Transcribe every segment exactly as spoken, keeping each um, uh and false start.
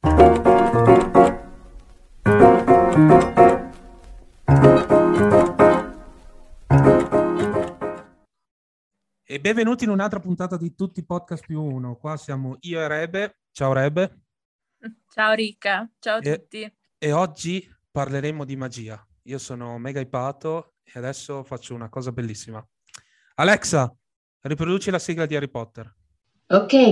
E benvenuti in un'altra puntata di Tutti i Podcast più uno. Qua siamo io e Rebe. Ciao Rebe. Ciao Ricca, ciao a e, tutti. E oggi parleremo di magia. Io sono mega ipato e adesso faccio una cosa bellissima. Alexa, riproduci la sigla di Harry Potter. Ok.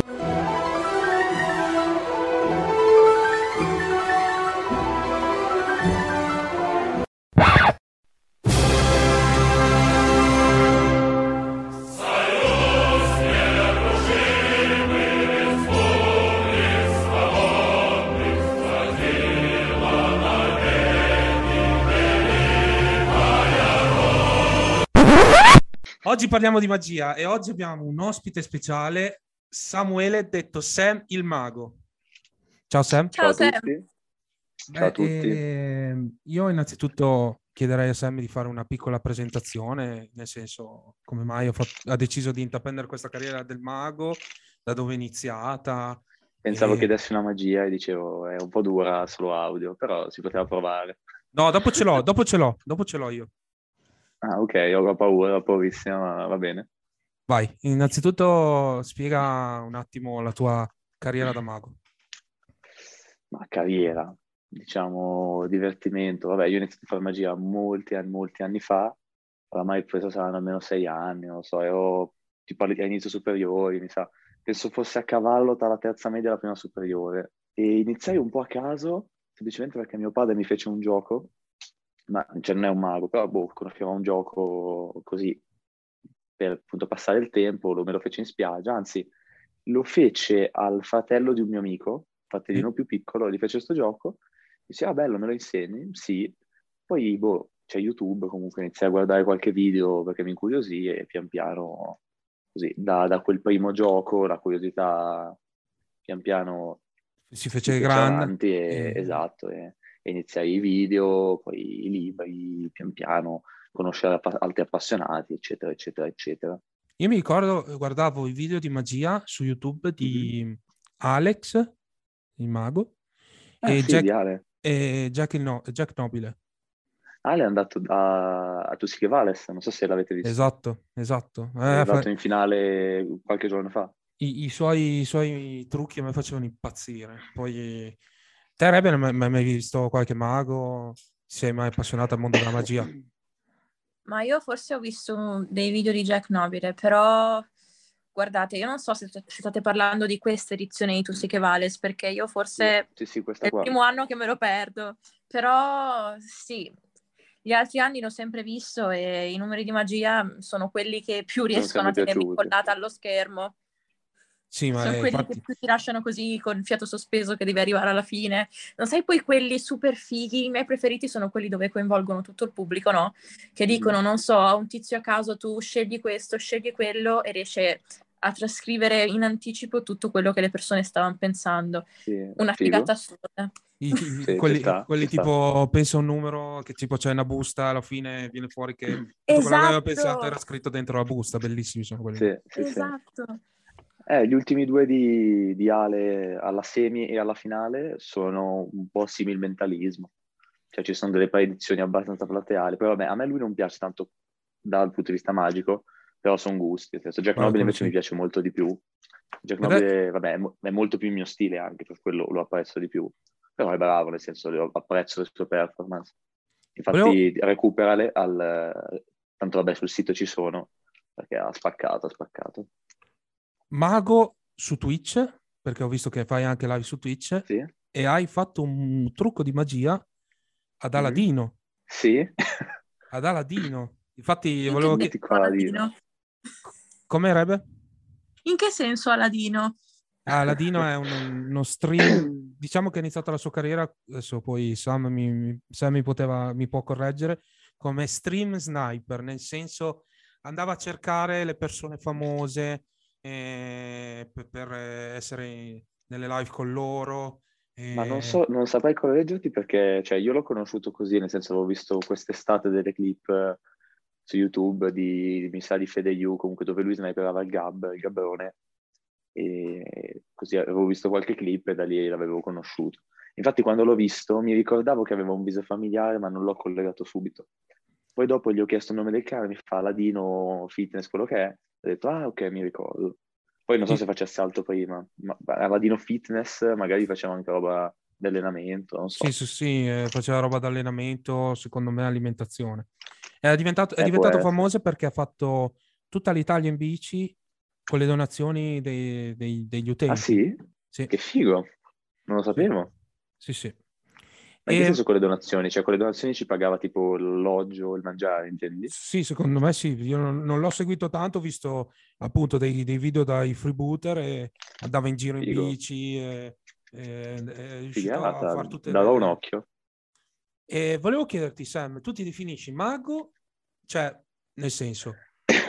Oggi parliamo di magia e oggi abbiamo un ospite speciale, Samuele, detto Sam il Mago. Ciao Sam. Ciao, Ciao a Sam. tutti. Beh, Ciao a tutti. eh, io innanzitutto chiederei a Sam di fare una piccola presentazione, nel senso come mai ho fatto- ha deciso di intraprendere questa carriera del mago, da dove è iniziata. Pensavo e- chiedessi una magia e dicevo è un po' dura solo audio, però si poteva provare. No, dopo ce l'ho, dopo ce l'ho, dopo ce l'ho io. Ah, ok, ho paura, ho paurissima, ma va bene. Vai, innanzitutto spiega un attimo la tua carriera da mago. Ma carriera, diciamo divertimento. Vabbè, io ho iniziato a fare magia molti anni, molti anni fa, oramai penso saranno almeno sei anni, non lo so, ero tipo all'inizio superiori, mi sa. Penso fosse a cavallo tra la terza media e la prima superiore. E iniziai un po' a caso, semplicemente perché mio padre mi fece un gioco, ma cioè non è un mago, però boh, conosceva un gioco così per appunto passare il tempo, lo, me lo fece in spiaggia, anzi lo fece al fratello di un mio amico, Sì. fratellino più piccolo, gli fece questo gioco, dice ah bello, me lo insegni? Sì. Poi boh, c'è YouTube, comunque iniziai a guardare qualche video perché mi incuriosì e pian piano, così, da, da quel primo gioco la curiosità pian piano Si si fece fece grande. avanti, e, e- esatto, e, e iniziai i video, poi i libri, pian piano, conoscere appa- altri appassionati, eccetera, eccetera, eccetera. Io mi ricordo, guardavo i video di magia su YouTube Mhm. di Alex, il mago, Ah e sì, di Jack, Ale. e Jack, il no- Jack Nobile. Ale è andato a, a Tuschi Vales, non so se l'avete visto. Esatto, esatto. È Eh, fa- arrivato in finale qualche giorno fa. i, i suoi, i suoi trucchi a me facevano impazzire. Poi, te, Rebe, non hai mai mai visto qualche mago? Sei mai appassionato al mondo della magia? Ma io forse ho visto dei video di Jack Nobile, però guardate, io non so se, se state parlando di questa edizione di Tu sì che vales, perché io Sì, forse sì, sì, è questa il qua. primo anno che me lo perdo, però sì, gli altri anni l'ho sempre visto e i numeri di magia sono quelli che più Sono riescono a sempre tenermi piaciuti. incollata allo schermo. Sì, ma Sono eh, quelli che infatti, più ti lasciano così con il fiato sospeso che devi arrivare alla fine. Non sai poi quelli super fighi, i miei preferiti sono quelli dove coinvolgono tutto il pubblico, no? Che dicono, Mhm. non so, a un tizio a caso tu scegli questo, scegli quello e riesce a trascrivere in anticipo tutto quello che le persone stavano pensando. Sì, Una figata figo. assurda. i- i- Sì, ci quelli, sta, quelli ci sta. tipo, pensa a un numero che tipo c'è una busta, alla fine viene fuori che tutto quello che aveva pensato Esatto, era scritto dentro la busta. Bellissimi sono quelli lì. Sì, sì, sì. esatto. Eh, gli ultimi due di, di Ale alla semi e alla finale sono un po' similmentalismo. Cioè ci sono delle predizioni abbastanza plateali. Poi vabbè, a me lui non piace tanto dal punto di vista magico, però sono gusti. Nel senso, Jack Guarda, Nobile quello invece mi sì. piace molto di più. Jack Ed è- Nobile, vabbè, è, mo- è molto più il mio stile anche, per quello lo apprezzo di più. Però è bravo, nel senso, lo- apprezzo le sue performance. volevo- Infatti recuperale al... Tanto vabbè, sul sito ci sono, perché ha spaccato, ha spaccato. Mago su Twitch, perché ho visto che fai anche live su Twitch, Sì? e hai fatto un trucco di magia ad Mhm. Aladino. Sì? Ad Aladino. Infatti In che volevo chiedere... senso Mitico Aladino. Aladino? Come Rebe? In che senso Aladino? Ah, Ladino è un- uno stream, diciamo che ha iniziato la sua carriera, adesso poi Sam mi, mi- Sam mi poteva, mi può correggere, come stream sniper, nel senso andava a cercare le persone famose eh, per, per essere nelle live con loro. Ma non eh. so, non saprei correggerti perché, cioè, io l'ho conosciuto così, nel senso avevo visto quest'estate delle clip eh, su YouTube di, mi sa, di Fede You, comunque dove lui sniperava il Gab, il Gabbrone, e così avevo visto qualche clip e da lì l'avevo conosciuto. Infatti quando l'ho visto mi ricordavo che aveva un viso familiare, ma non l'ho collegato subito. Poi dopo gli ho chiesto il nome del cane, mi fa Ladino Fitness, quello che è. Ho detto, ah ok, mi ricordo. Poi non so se facesse altro prima, ma a Ladino Fitness magari faceva anche roba di allenamento, non so. Sì, sì, sì, eh, faceva roba d'allenamento, secondo me alimentazione. È diventato, è Eh, può diventato essere. famoso perché ha fatto tutta l'Italia in bici con le donazioni dei- dei- degli Ah utenti. sì? Sì, Che figo, non lo sì, sapevo. sì, sì. Ma in che E senso con le donazioni? Cioè con le donazioni ci pagava tipo l'alloggio, il mangiare, intendi? sì, secondo me sì. Io non, non l'ho seguito tanto, ho visto appunto dei, dei video dai freebooter e andava in giro in Figo, bici e, e- è riuscito a figata, fare tutte darò un le... occhio. E volevo chiederti, Sam, tu ti definisci mago? Cioè, nel senso,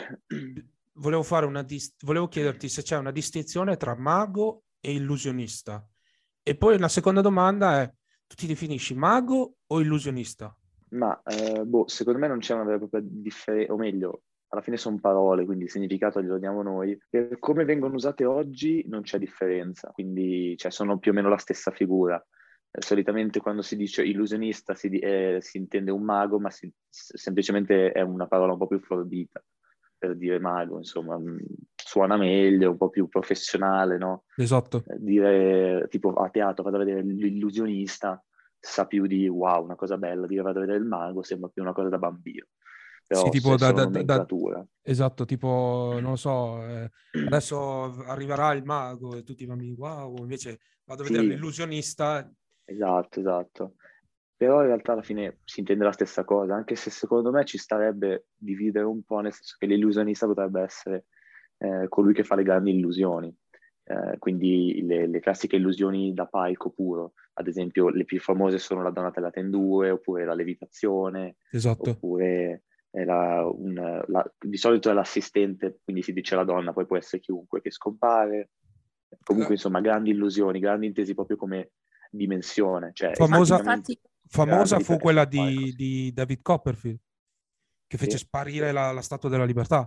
volevo fare una dis- volevo chiederti se c'è una distinzione tra mago e illusionista. E poi la seconda domanda è, tu ti definisci mago o illusionista? Ma eh, boh, secondo me non c'è una vera e propria differenza, o meglio, alla fine sono parole, quindi il significato glielo diamo noi. Per come vengono usate oggi non c'è differenza, quindi cioè, sono più o meno la stessa figura. Eh, solitamente quando si dice illusionista si, di- eh, si intende un mago, ma si- s- semplicemente è una parola un po' più forbita per dire mago, insomma, mh, suona meglio, un po' più professionale, no? Esatto. Eh, Dire tipo a teatro vado a vedere l'illusionista sa più di wow, una cosa bella, dire vado a vedere il mago sembra più una cosa da bambino, Sì, però tipo è da, solo da- da- da- nomenclatura. esatto, tipo, non lo so, eh, adesso arriverà il mago e tutti i bambini, wow, invece vado a vedere Sì, l'illusionista. esatto, esatto. Però in realtà alla fine si intende la stessa cosa, anche se secondo me ci starebbe dividere un po', nel senso che l'illusionista potrebbe essere eh, colui che fa le grandi illusioni. Eh, quindi le, le classiche illusioni da palco puro, ad esempio le più famose sono la Donatella in due, oppure la levitazione, Esatto. oppure è la- un- la- di solito è l'assistente, quindi si dice la donna, poi può essere chiunque che scompare. Comunque, La insomma, grandi illusioni, grandi intesi proprio come dimensione, cioè Ma famosa, esteticamente infatti, grande famosa fu rispetto a quella sul palco. di, di David Copperfield, che fece Sì, sparire la, la Statua della Libertà.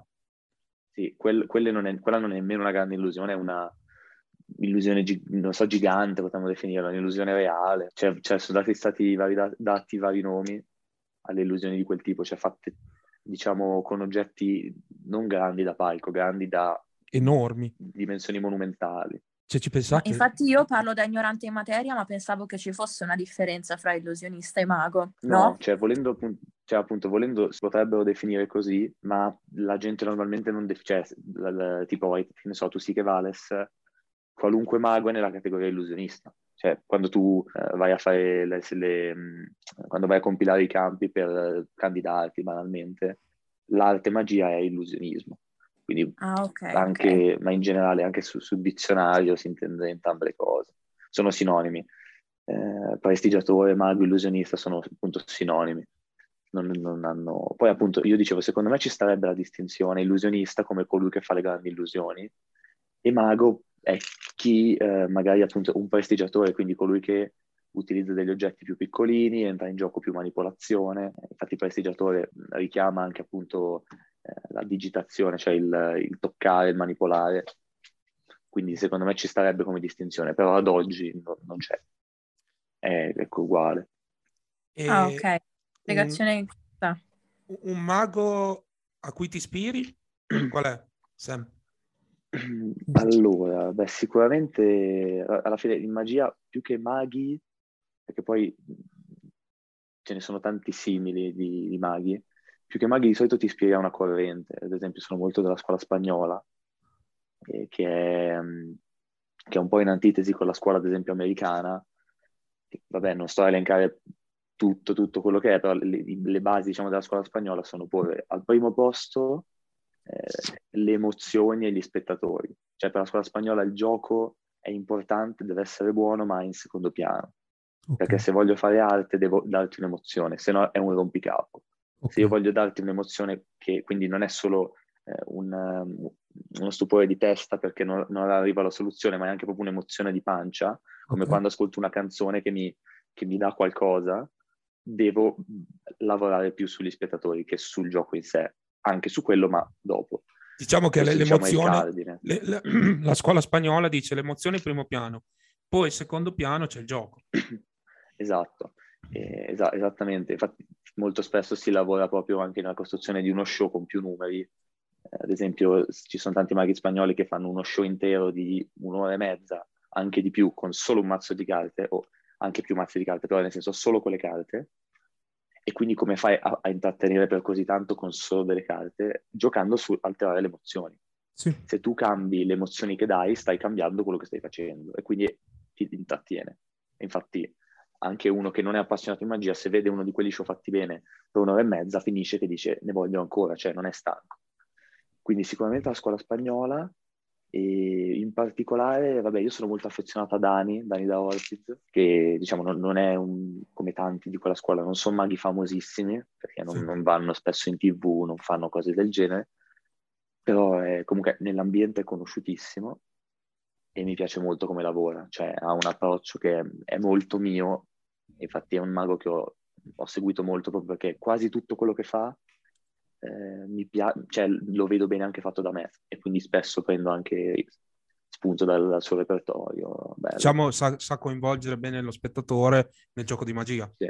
sì, quel- quelle non è- quella non è nemmeno una grande illusione, è una illusione, gi- non so, gigante, potremmo definirla, un'illusione reale. Cioè, cioè, sono dati stati vari, da- dati vari nomi alle illusioni di quel tipo, cioè fatte, diciamo, con oggetti non grandi da palco, grandi da Enormi. dimensioni monumentali. Cioè, ci ma pensate? infatti io parlo da ignorante in materia, ma pensavo che ci fosse una differenza fra illusionista e mago, No, no? cioè volendo, appun- cioè, appunto, volendo si potrebbero definire così, ma la gente normalmente non definisce, cioè, la- la- tipo, che ne so, tu sì che Vales, qualunque mago è nella categoria illusionista. Cioè, quando tu eh, vai a fare le, le, mh, quando vai a compilare i campi per eh, candidarti banalmente, l'arte magia è illusionismo. Quindi Ah, ok, ok. anche, ma in generale anche su- sul dizionario si intende entrambe le cose. Sono sinonimi. Eh, prestigiatore, mago, illusionista sono appunto sinonimi. Non, non hanno... Poi appunto io dicevo, secondo me ci starebbe la distinzione illusionista come colui che fa le grandi illusioni e mago è chi eh, magari appunto un prestigiatore, quindi colui che utilizza degli oggetti più piccolini, entra in gioco più manipolazione. Infatti il prestigiatore richiama anche appunto eh, la digitazione, cioè il, il toccare, il manipolare. Quindi secondo me ci starebbe come distinzione, però ad oggi no- non c'è. È, ecco, uguale. Ah, E ok. un, Spiegazione giusta. un mago a cui ti ispiri? Qual è, Sam? Allora, beh, sicuramente a- alla fine in magia più che maghi, perché poi ce ne sono tanti simili di, di maghi, più che maghi di solito ti spiega una corrente, ad esempio sono molto della scuola spagnola, eh, che è, mm, che è un po' in antitesi con la scuola, ad esempio, americana. Che, vabbè, non sto a elencare tutto, tutto quello che è, però le, le basi, diciamo, della scuola spagnola sono porre al primo posto eh, le emozioni e gli spettatori. Cioè, per la scuola spagnola il gioco è importante, deve essere buono, ma è in secondo piano. Ok, Perché se voglio fare arte devo darti un'emozione, se no è un rompicapo. Se ok. io voglio darti un'emozione che quindi non è solo eh, un, um, uno stupore di testa perché non, non arriva alla soluzione, ma è anche proprio un'emozione di pancia, come Ok. quando ascolto una canzone che mi, che mi dà qualcosa, devo lavorare più sugli spettatori che sul gioco in sé, anche su quello, ma dopo. Diciamo che le, Questo, diciamo, è il l'emozione, cardine. le- le- la scuola spagnola dice l'emozione in primo piano, poi in secondo piano c'è il gioco. Esatto, eh, esa- esattamente. Infatti molto spesso si lavora proprio anche nella costruzione di uno show con più numeri. Eh, ad esempio, s- ci sono tanti maghi spagnoli che fanno uno show intero di un'ora e mezza, anche di più, con solo un mazzo di carte, o anche più mazzi di carte, però nel senso solo con le carte. E quindi come fai a, a intrattenere per così tanto con solo delle carte? Giocando su alterare le emozioni. Sì. Se tu cambi le emozioni che dai, stai cambiando quello che stai facendo e quindi ti intrattiene. Infatti anche uno che non è appassionato di magia, se vede uno di quelli show fatti bene per un'ora e mezza, finisce che dice ne voglio ancora, cioè non è stanco. Quindi sicuramente la scuola spagnola, e in particolare, vabbè, io sono molto affezionato a Dani, Dani da Ortiz, che diciamo non, non è un, come tanti di quella scuola, non sono maghi famosissimi, perché non, Sì. non vanno spesso in tivù, non fanno cose del genere, però è, comunque nell'ambiente è conosciutissimo e mi piace molto come lavora, cioè ha un approccio che è molto mio, infatti è un mago che ho, ho seguito molto proprio perché quasi tutto quello che fa eh, mi piace, cioè, lo vedo bene anche fatto da me e quindi spesso prendo anche spunto dal, dal suo repertorio. Bello. Diciamo, sa, sa coinvolgere bene lo spettatore nel gioco di magia. Sì,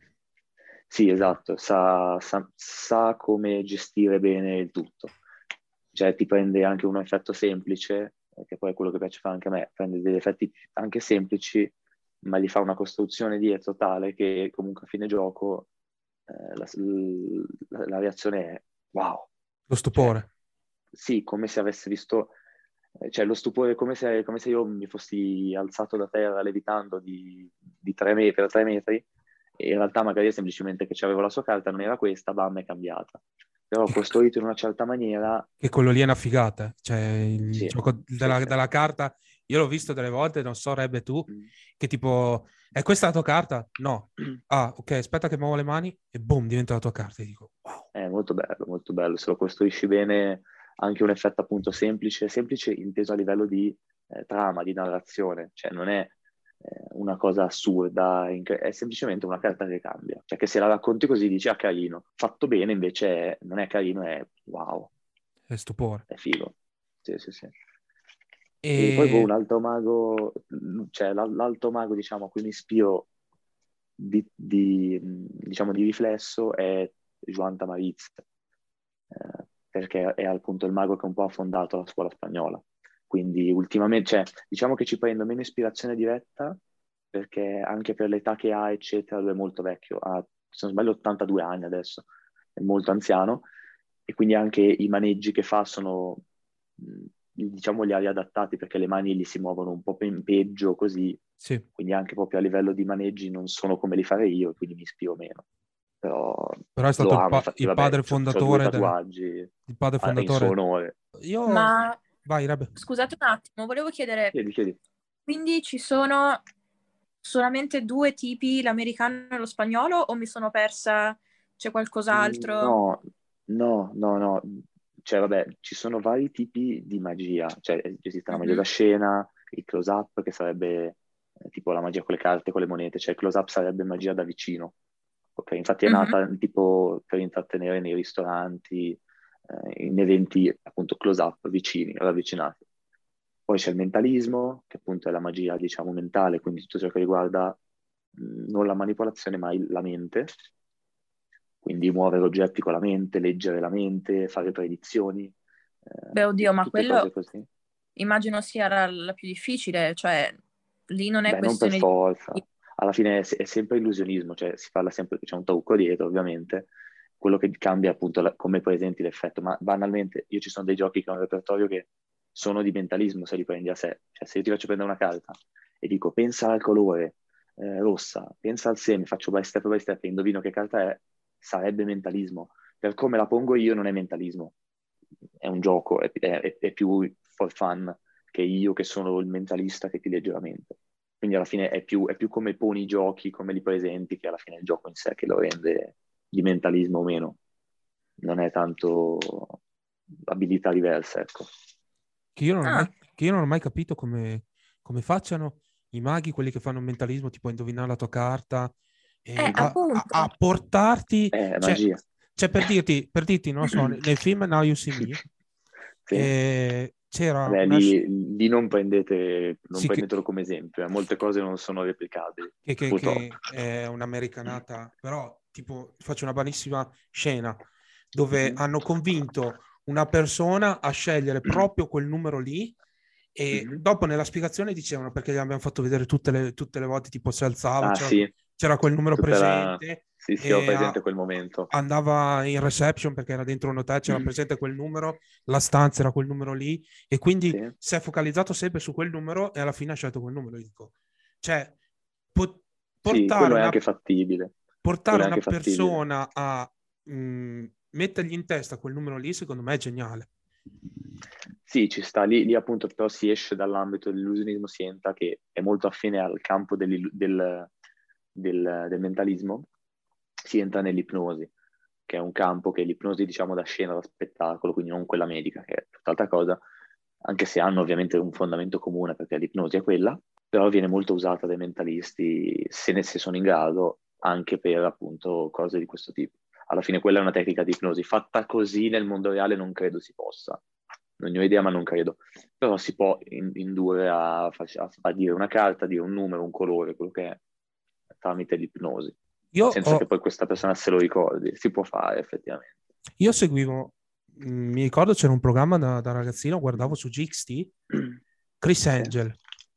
sì, esatto, sa, sa, sa come gestire bene il tutto. Cioè ti prende anche un effetto semplice, che poi è quello che piace fare anche a me, prende degli effetti anche semplici, ma gli fa una costruzione dietro tale che comunque a fine gioco eh, la, la, la reazione è wow. Lo stupore. Cioè, sì, come se avesse visto, eh, cioè lo stupore, come se, come se io mi fossi alzato da terra levitando di, di tre metri per tre metri, e in realtà magari è semplicemente che c'avevo la sua carta, non era questa, bam, è cambiata. Però ho costruito in una certa maniera. Che quello lì è una figata. Cioè, il Sì, gioco sì, della, sì. della carta, io l'ho visto delle volte, non so, Rebbe tu, Mm. che tipo, è questa la tua carta? No. Ah, ok, aspetta che muovo le mani e boom, diventa la tua carta. E dico, wow. È molto bello, molto bello. Se lo costruisci bene, anche un effetto appunto semplice, semplice inteso a livello di eh, trama, di narrazione. Cioè non è eh, una cosa assurda, inc- è semplicemente una carta che cambia. Cioè che se la racconti così dici, ah, carino. Fatto bene invece è- non è carino, è wow, È stupore. è figo. Sì, sì, sì. E poi boh, E un altro mago, cioè l'al- l'altro mago, diciamo, a cui mi ispiro di, di, diciamo, di riflesso è Joan Tamariz, eh, perché è appunto il mago che un po' ha fondato la scuola spagnola. Quindi ultimamente, cioè, diciamo che ci prendo meno ispirazione diretta, perché anche per l'età che ha, eccetera, lui è molto vecchio, ha, se non sbaglio, ottantadue anni adesso, è molto anziano, e quindi anche i maneggi che fa sono, mh, diciamo, li ha riadattati, perché le mani gli si muovono un po' pe- peggio, così, sì, quindi anche proprio a livello di maneggi non sono come li farei io, quindi mi ispiro meno. Però però è stato lo il, amo, pa- infatti, il vabbè, padre ho due fondatore de- tatuaggi il padre a- in suo fondatore. onore. Io, Ma vai, Rebbe. scusate un attimo, volevo chiedere, Chiedi, chiedi. quindi ci sono solamente due tipi, l'americano e lo spagnolo, o mi sono persa, c'è qualcos'altro? No, no, no, no. Cioè, vabbè, ci sono vari tipi di magia. Cioè, esiste la magia da Mhm. scena, il close-up, che sarebbe eh, tipo la magia con le carte, con le monete. Cioè, il close-up sarebbe magia da vicino. Ok, infatti è Mhm. nata tipo per intrattenere nei ristoranti, eh, in eventi appunto close-up, vicini, ravvicinati. Poi c'è il mentalismo, che appunto è la magia, diciamo, mentale, quindi tutto ciò che riguarda mh, non la manipolazione, ma il- la mente. Quindi muovere oggetti con la mente, leggere la mente, fare predizioni, Beh, eh, oddio, tut- ma tutte cose quello così. immagino sia la, la più difficile, cioè lì non è Beh, non per questione di... forza. Alla fine è, è sempre illusionismo, cioè si parla sempre, c'è un trucco dietro, ovviamente. Quello che cambia appunto la- come presenti l'effetto. Ma banalmente, io ci sono dei giochi che ho un repertorio che sono di mentalismo se li prendi a sé. Cioè, se io ti faccio prendere una carta e dico pensa al colore eh, rossa, pensa al seme, faccio by step by step e indovino che carta è, sarebbe mentalismo. Per come la pongo io non è mentalismo, è un gioco, è, è- è più for fun che io che sono il mentalista che ti legge la mente. Quindi alla fine è più, è più come poni i giochi, come li presenti, che alla fine è il gioco in sé che lo rende di mentalismo o meno. Non è tanto abilità diverse, ecco. Che io non ho mai, Ah, che io non ho mai capito come, come facciano i maghi, quelli che fanno mentalismo, tipo a indovinare la tua carta, e eh, a, a- appunto. a portarti, È cioè, magia. cioè per dirti, per dirti, non lo so, nel film Now You See Me, Sì. E c'era Vabbè, una sc- lì, lì non prendete, non sì, che, prendetelo come esempio, eh. Molte cose non sono replicabili, che, che- purtroppo. che è un'americanata, però tipo faccio una banalissima scena dove Mhm. hanno convinto una persona a scegliere proprio quel numero lì e Mhm. dopo nella spiegazione dicevano perché gli abbiamo fatto vedere tutte le, tutte le volte, tipo si alzava, Ah c'era, sì, c'era quel numero tutta la... presente Sì, sì, ho e presente a- quel momento. andava in reception perché era dentro un hotel, c'era presente quel numero, la stanza era quel numero lì e quindi Sì, si è focalizzato sempre su quel numero e alla fine ha scelto quel numero. Io dico, cioè, po- sì, portare quello è una, anche fattibile. portare Quello è una anche fattibile. persona a mh, mettergli in testa quel numero lì, secondo me è geniale. Sì, ci sta, lì, lì appunto però si esce dall'ambito dell'illusionismo, si entra che è molto affine al campo dell'illu- del, del- del mentalismo, si entra nell'ipnosi, che è un campo che è l'ipnosi diciamo da scena, da spettacolo, quindi non quella medica, che è tutt'altra cosa, anche se hanno ovviamente un fondamento comune perché l'ipnosi è quella, però viene molto usata dai mentalisti, se ne se sono in grado, anche per appunto cose di questo tipo. Alla fine quella è una tecnica di ipnosi, fatta così nel mondo reale non credo si possa. Non ne ho idea, ma non credo. Però si può in- indurre a, a- a dire una carta, a dire un numero, un colore, quello che è, tramite l'ipnosi, Io, senza ho, che poi questa persona se lo ricordi. Si può fare effettivamente. io seguivo, mh, mi ricordo c'era un programma da, da ragazzino, guardavo su G X T, Chris Sì. Angel.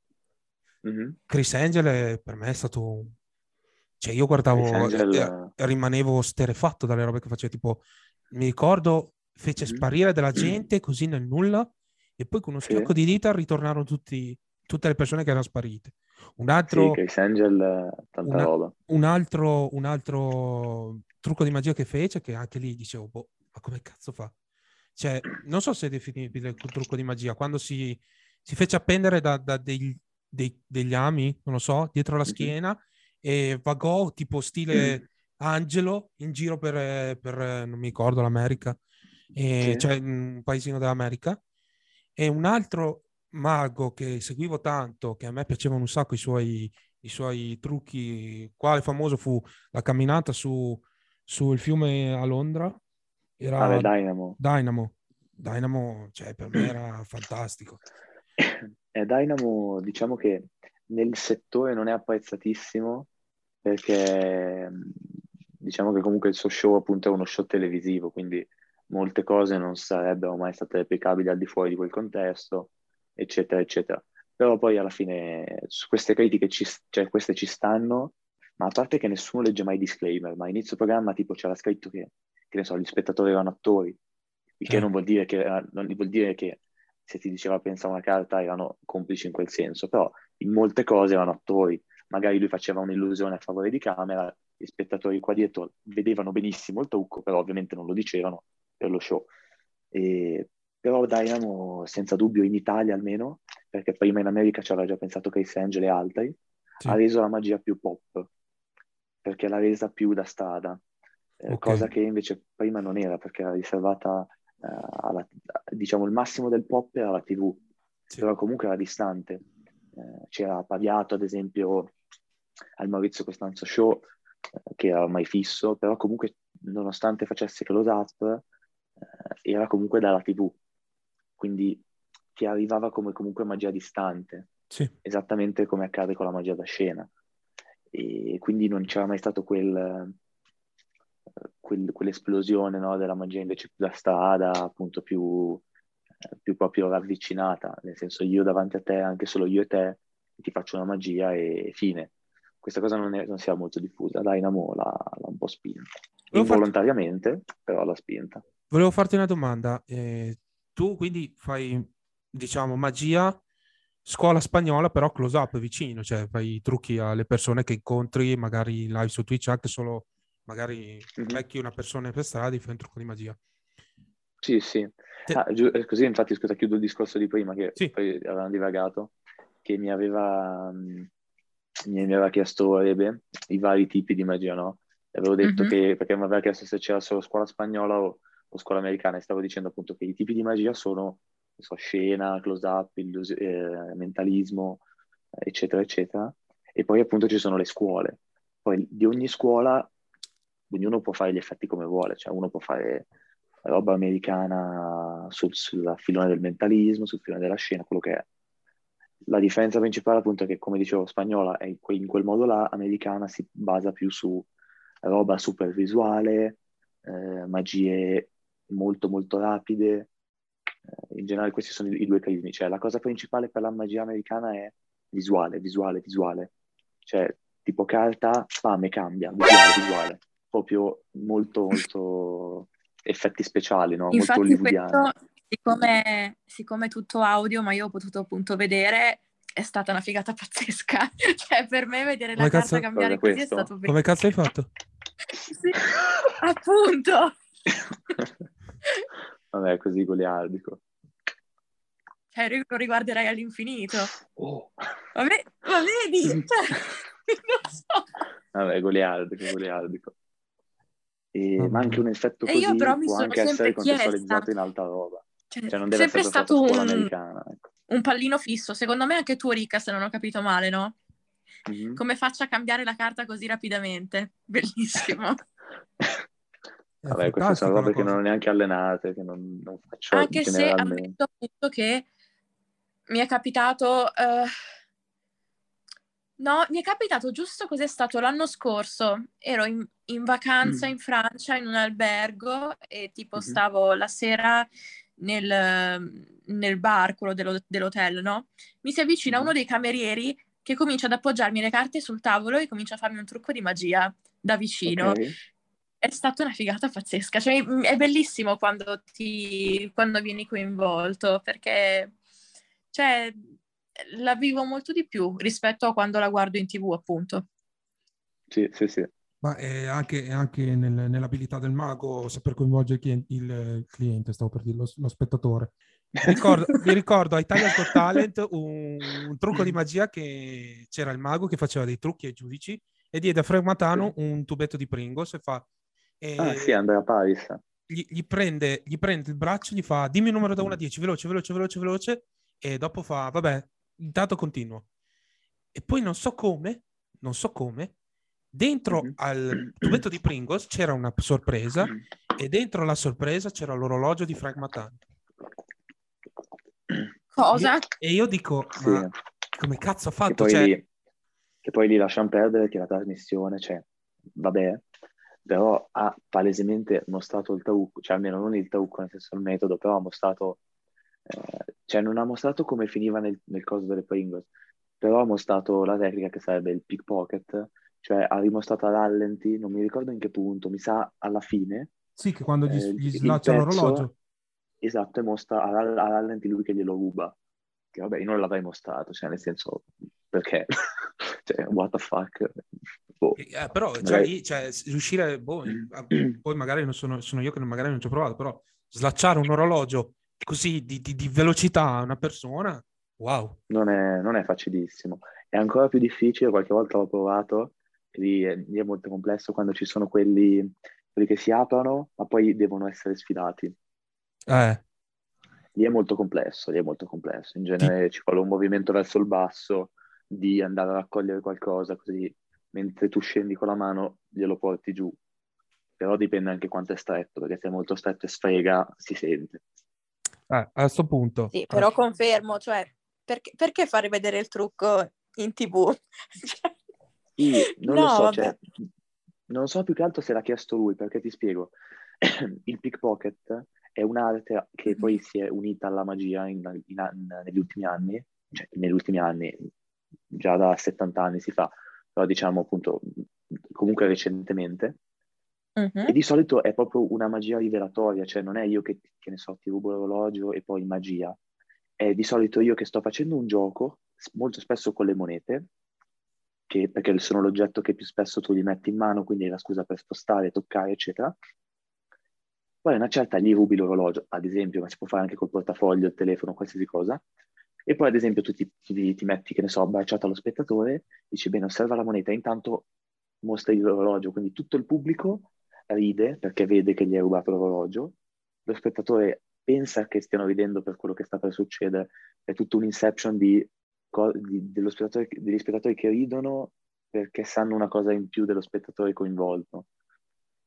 Mhm. Chris Angel è- per me è stato... Cioè io Chris guardavo e, Angel. e rimanevo sterefatto dalle robe che faceva, tipo, mi ricordo, fece Mhm. sparire della gente così nel nulla e poi con uno Sì, schiocco di dita ritornarono tutti, tutte le persone che erano sparite. Un sì, altro, Chris Angel, eh, tanta una- roba. un altro, un altro trucco di magia che fece, che anche lì dicevo, boh, ma come cazzo fa? Cioè, non so se è definibile un trucco di magia, quando si, si fece appendere da, da dei- dei- degli ami, non lo so, dietro la Mhm. schiena e vagò tipo stile angelo in giro per, eh, per, eh, non mi ricordo, l'America, e, Sì. cioè un paesino dell'America. E un altro mago che seguivo tanto, che a me piacevano un sacco i suoi, i suoi trucchi, quale famoso fu la camminata su, sul fiume a Londra, Vabbè, era Dynamo. Dynamo. Dynamo, cioè, per me era fantastico. Eh, Dynamo, diciamo che nel settore non è apprezzatissimo perché mh, diciamo che comunque il suo show appunto è uno show televisivo, quindi molte cose non sarebbero mai state replicabili al di fuori di quel contesto, eccetera, eccetera. Però poi alla fine su queste critiche ci, cioè, queste ci stanno, ma a parte che nessuno legge mai i disclaimer, ma a inizio programma tipo c'era scritto che, che ne so, gli spettatori erano attori, il che Cioè, non vuol dire che, non vuol dire che se ti diceva pensa a una carta erano complici in quel senso, però in molte cose erano attori, magari lui faceva un'illusione a favore di camera, gli spettatori qua dietro vedevano benissimo il trucco, però ovviamente non lo dicevano per lo show. E, però Dynamo, senza dubbio, in Italia almeno, perché prima in America ci aveva già pensato Chris Angel e altri, ha sì, reso la magia più pop, perché l'ha resa più da strada, eh, ok, cosa che invece prima non era, perché era riservata, eh, alla, diciamo, il massimo del pop era la T V, sì, però comunque era distante. Eh, c'era Paviato, ad esempio, al Maurizio Costanzo Show, eh, che era ormai fisso, però comunque, nonostante facesse close up, eh, era comunque dalla T V, quindi ti arrivava come comunque magia distante, sì, esattamente come accade con la magia da scena. E quindi non c'era mai stato quel, quel- quell'esplosione, no, della magia invece più da strada, appunto più, eh, più proprio ravvicinata, nel senso io davanti a te, anche solo io e te, ti faccio una magia e fine. Questa cosa non, è, non sia molto diffusa, Dynamo l'ha, l'ha un po' spinta, volevo farti, involontariamente, però l'ha spinta. volevo farti una domanda. Eh, tu quindi fai, diciamo, magia, scuola spagnola, però close up vicino, cioè fai i trucchi alle persone che incontri, magari live su Twitch, anche solo, magari Mhm. becchi una persona per strada e fai un trucco di magia. Sì, sì. Te- Ah, giu- eh, così infatti, scusa, chiudo il discorso di prima, che sì, poi avevamo divagato, che mi aveva, mh, mi aveva chiesto Rebe i vari tipi di magia, no? E avevo detto Mhm. che, perché mi aveva chiesto se c'era solo scuola spagnola o, o scuola americana, e stavo dicendo appunto che i tipi di magia sono, non so, scena, close-up, illus- eh, mentalismo, eccetera, eccetera. E poi appunto ci sono le scuole. Poi di ogni scuola, ognuno può fare gli effetti come vuole, cioè uno può fare roba americana sul, sul filone del mentalismo, sul filone della scena, quello che è. La differenza principale appunto è che, come dicevo, spagnola è in que- in quel modo là, americana si basa più su roba super visuale, eh, magie molto molto rapide. Eh, in generale questi sono i, i due crismi. Cioè la cosa principale per la magia americana è visuale, visuale, visuale. Cioè tipo carta, spam e cambia, visuale, visuale. Proprio molto molto effetti speciali, no? Molto Infatti hollywoodiani. questo, siccome, siccome è tutto audio, ma io ho potuto appunto vedere, è stata una figata pazzesca. Cioè, per me vedere la Come carta cazzo, Cosa cambiare così è questo? stato come cazzo hai bellissimo. fatto? Sì, appunto. Vabbè, così goliardico. Cioè, io lo riguarderei all'infinito. Oh. Ma, ve- ma vedi? Cioè, non so. Vabbè, goliardico, goliardico. E, ma Mamma anche mia. un effetto E io così però mi può sono anche essere sempre chiesta, contestualizzato in alta roba. cioè, Cioè non deve essere sempre per forza stato scuola un, americana, ecco. un pallino fisso. Secondo me anche tu, Ricca, se non ho capito male, no? Mhm. Come faccia a cambiare la carta così rapidamente? Bellissimo. È Vabbè, queste sono fantastica la robe che non cosa. ho neanche allenate, che non, non faccio Anche se generalmente. ammetto appunto che mi è capitato... eh, No, mi è capitato giusto cos'è stato l'anno scorso. Ero in, in vacanza in Francia in un albergo e tipo Mhm. stavo la sera nel, nel bar, quello dello- dell'hotel, no? Mi si avvicina uno Mhm. dei camerieri che comincia ad appoggiarmi le carte sul tavolo e comincia a farmi un trucco di magia da Ok, vicino. È stata una figata pazzesca. Cioè, m- è bellissimo quando ti, quando vieni coinvolto, perché cioè, la vivo molto di più rispetto a quando la guardo in T V, appunto. sì, sì, sì. Ma è anche, è anche nel- nell'abilità del mago saper coinvolgere il, clien- il cliente, stavo per dire, lo, lo spettatore. Mi ricordo, mi ricordo a Italia's Got Talent un, un trucco di magia che c'era il mago che faceva dei trucchi ai giudici e diede a Frank Matano un tubetto di Pringles e fa... Ah sì, e Andrea Paris. gli, gli prende, gli prende il braccio, gli fa dimmi il numero da uno a dieci, veloce, veloce, veloce, veloce, e dopo fa vabbè, intanto continuo. E poi non so come, non so come, dentro Mhm. al tubetto di Pringles c'era una sorpresa e dentro la sorpresa c'era l'orologio di Frank Matan. Io, Cosa? e io dico, Sì, ma come cazzo ha che fatto? poi Cioè, lì, che poi lì lasciamo perdere che la trasmissione, cioè, vabbè, però ha palesemente mostrato il trucco, cioè almeno non il trucco nel senso il metodo, però ha mostrato, eh, cioè non ha mostrato come finiva nel, nel coso delle Pringles, però ha mostrato la tecnica che sarebbe il pickpocket, cioè ha dimostrato a rallenti, non mi ricordo in che punto, mi sa alla fine, sì, che quando gli, eh, gli il slaccia pezzo, l'orologio. esatto, e mostra a, rall- a rallenti lui che glielo ruba, che vabbè io non l'avrei mostrato, cioè nel senso, perché? Cioè, what the fuck? Boh, Eh, però già magari... lì, cioè, s- riuscire, boh, a- poi magari non sono, sono io che non- magari non ci ho provato, però slacciare un orologio così di, di- di velocità a una persona, wow. Non è, non è facilissimo. È ancora più difficile, qualche volta l'ho provato, e lì è, lì è molto complesso quando ci sono quelli, quelli che si aprono, ma poi devono essere sfidati. Eh, Lì è molto complesso, lì è molto complesso. In ti- genere ci vuole un movimento verso il basso, di andare a raccogliere qualcosa, così mentre tu scendi con la mano glielo porti giù. Però dipende anche quanto è stretto, perché se è molto stretto e sfrega, si sente. eh, a questo punto, Sì, eh, però confermo, cioè, perché, perché fare vedere il trucco in T V? Cioè, Sì, non lo no, so, vabbè. cioè, non so più che altro se l'ha chiesto lui, perché ti spiego. Il pickpocket è un'arte che poi si è unita alla magia in- in- in- negli ultimi anni, cioè negli ultimi anni, già da settanta anni si fa, però diciamo appunto comunque recentemente. E Mhm. di solito è proprio una magia rivelatoria, cioè non è io che, che ne so, ti rubo l'orologio e poi magia. È di solito io che sto facendo un gioco, s- molto spesso con le monete, che- perché sono l'oggetto che più spesso tu gli metti in mano, quindi è la scusa per spostare, toccare, eccetera. Poi a una certa gli rubi l'orologio, ad esempio, ma si può fare anche col portafoglio, il telefono, qualsiasi cosa. E poi ad esempio tu ti, ti- ti metti, che ne so, abbracciato allo spettatore, dici bene, osserva la moneta, intanto mostri l'orologio, quindi tutto il pubblico ride perché vede che gli hai rubato l'orologio, lo spettatore pensa che stiano ridendo per quello che sta per succedere, è tutto un inception di, co- di- dello spettatore- degli spettatori che ridono perché sanno una cosa in più dello spettatore coinvolto.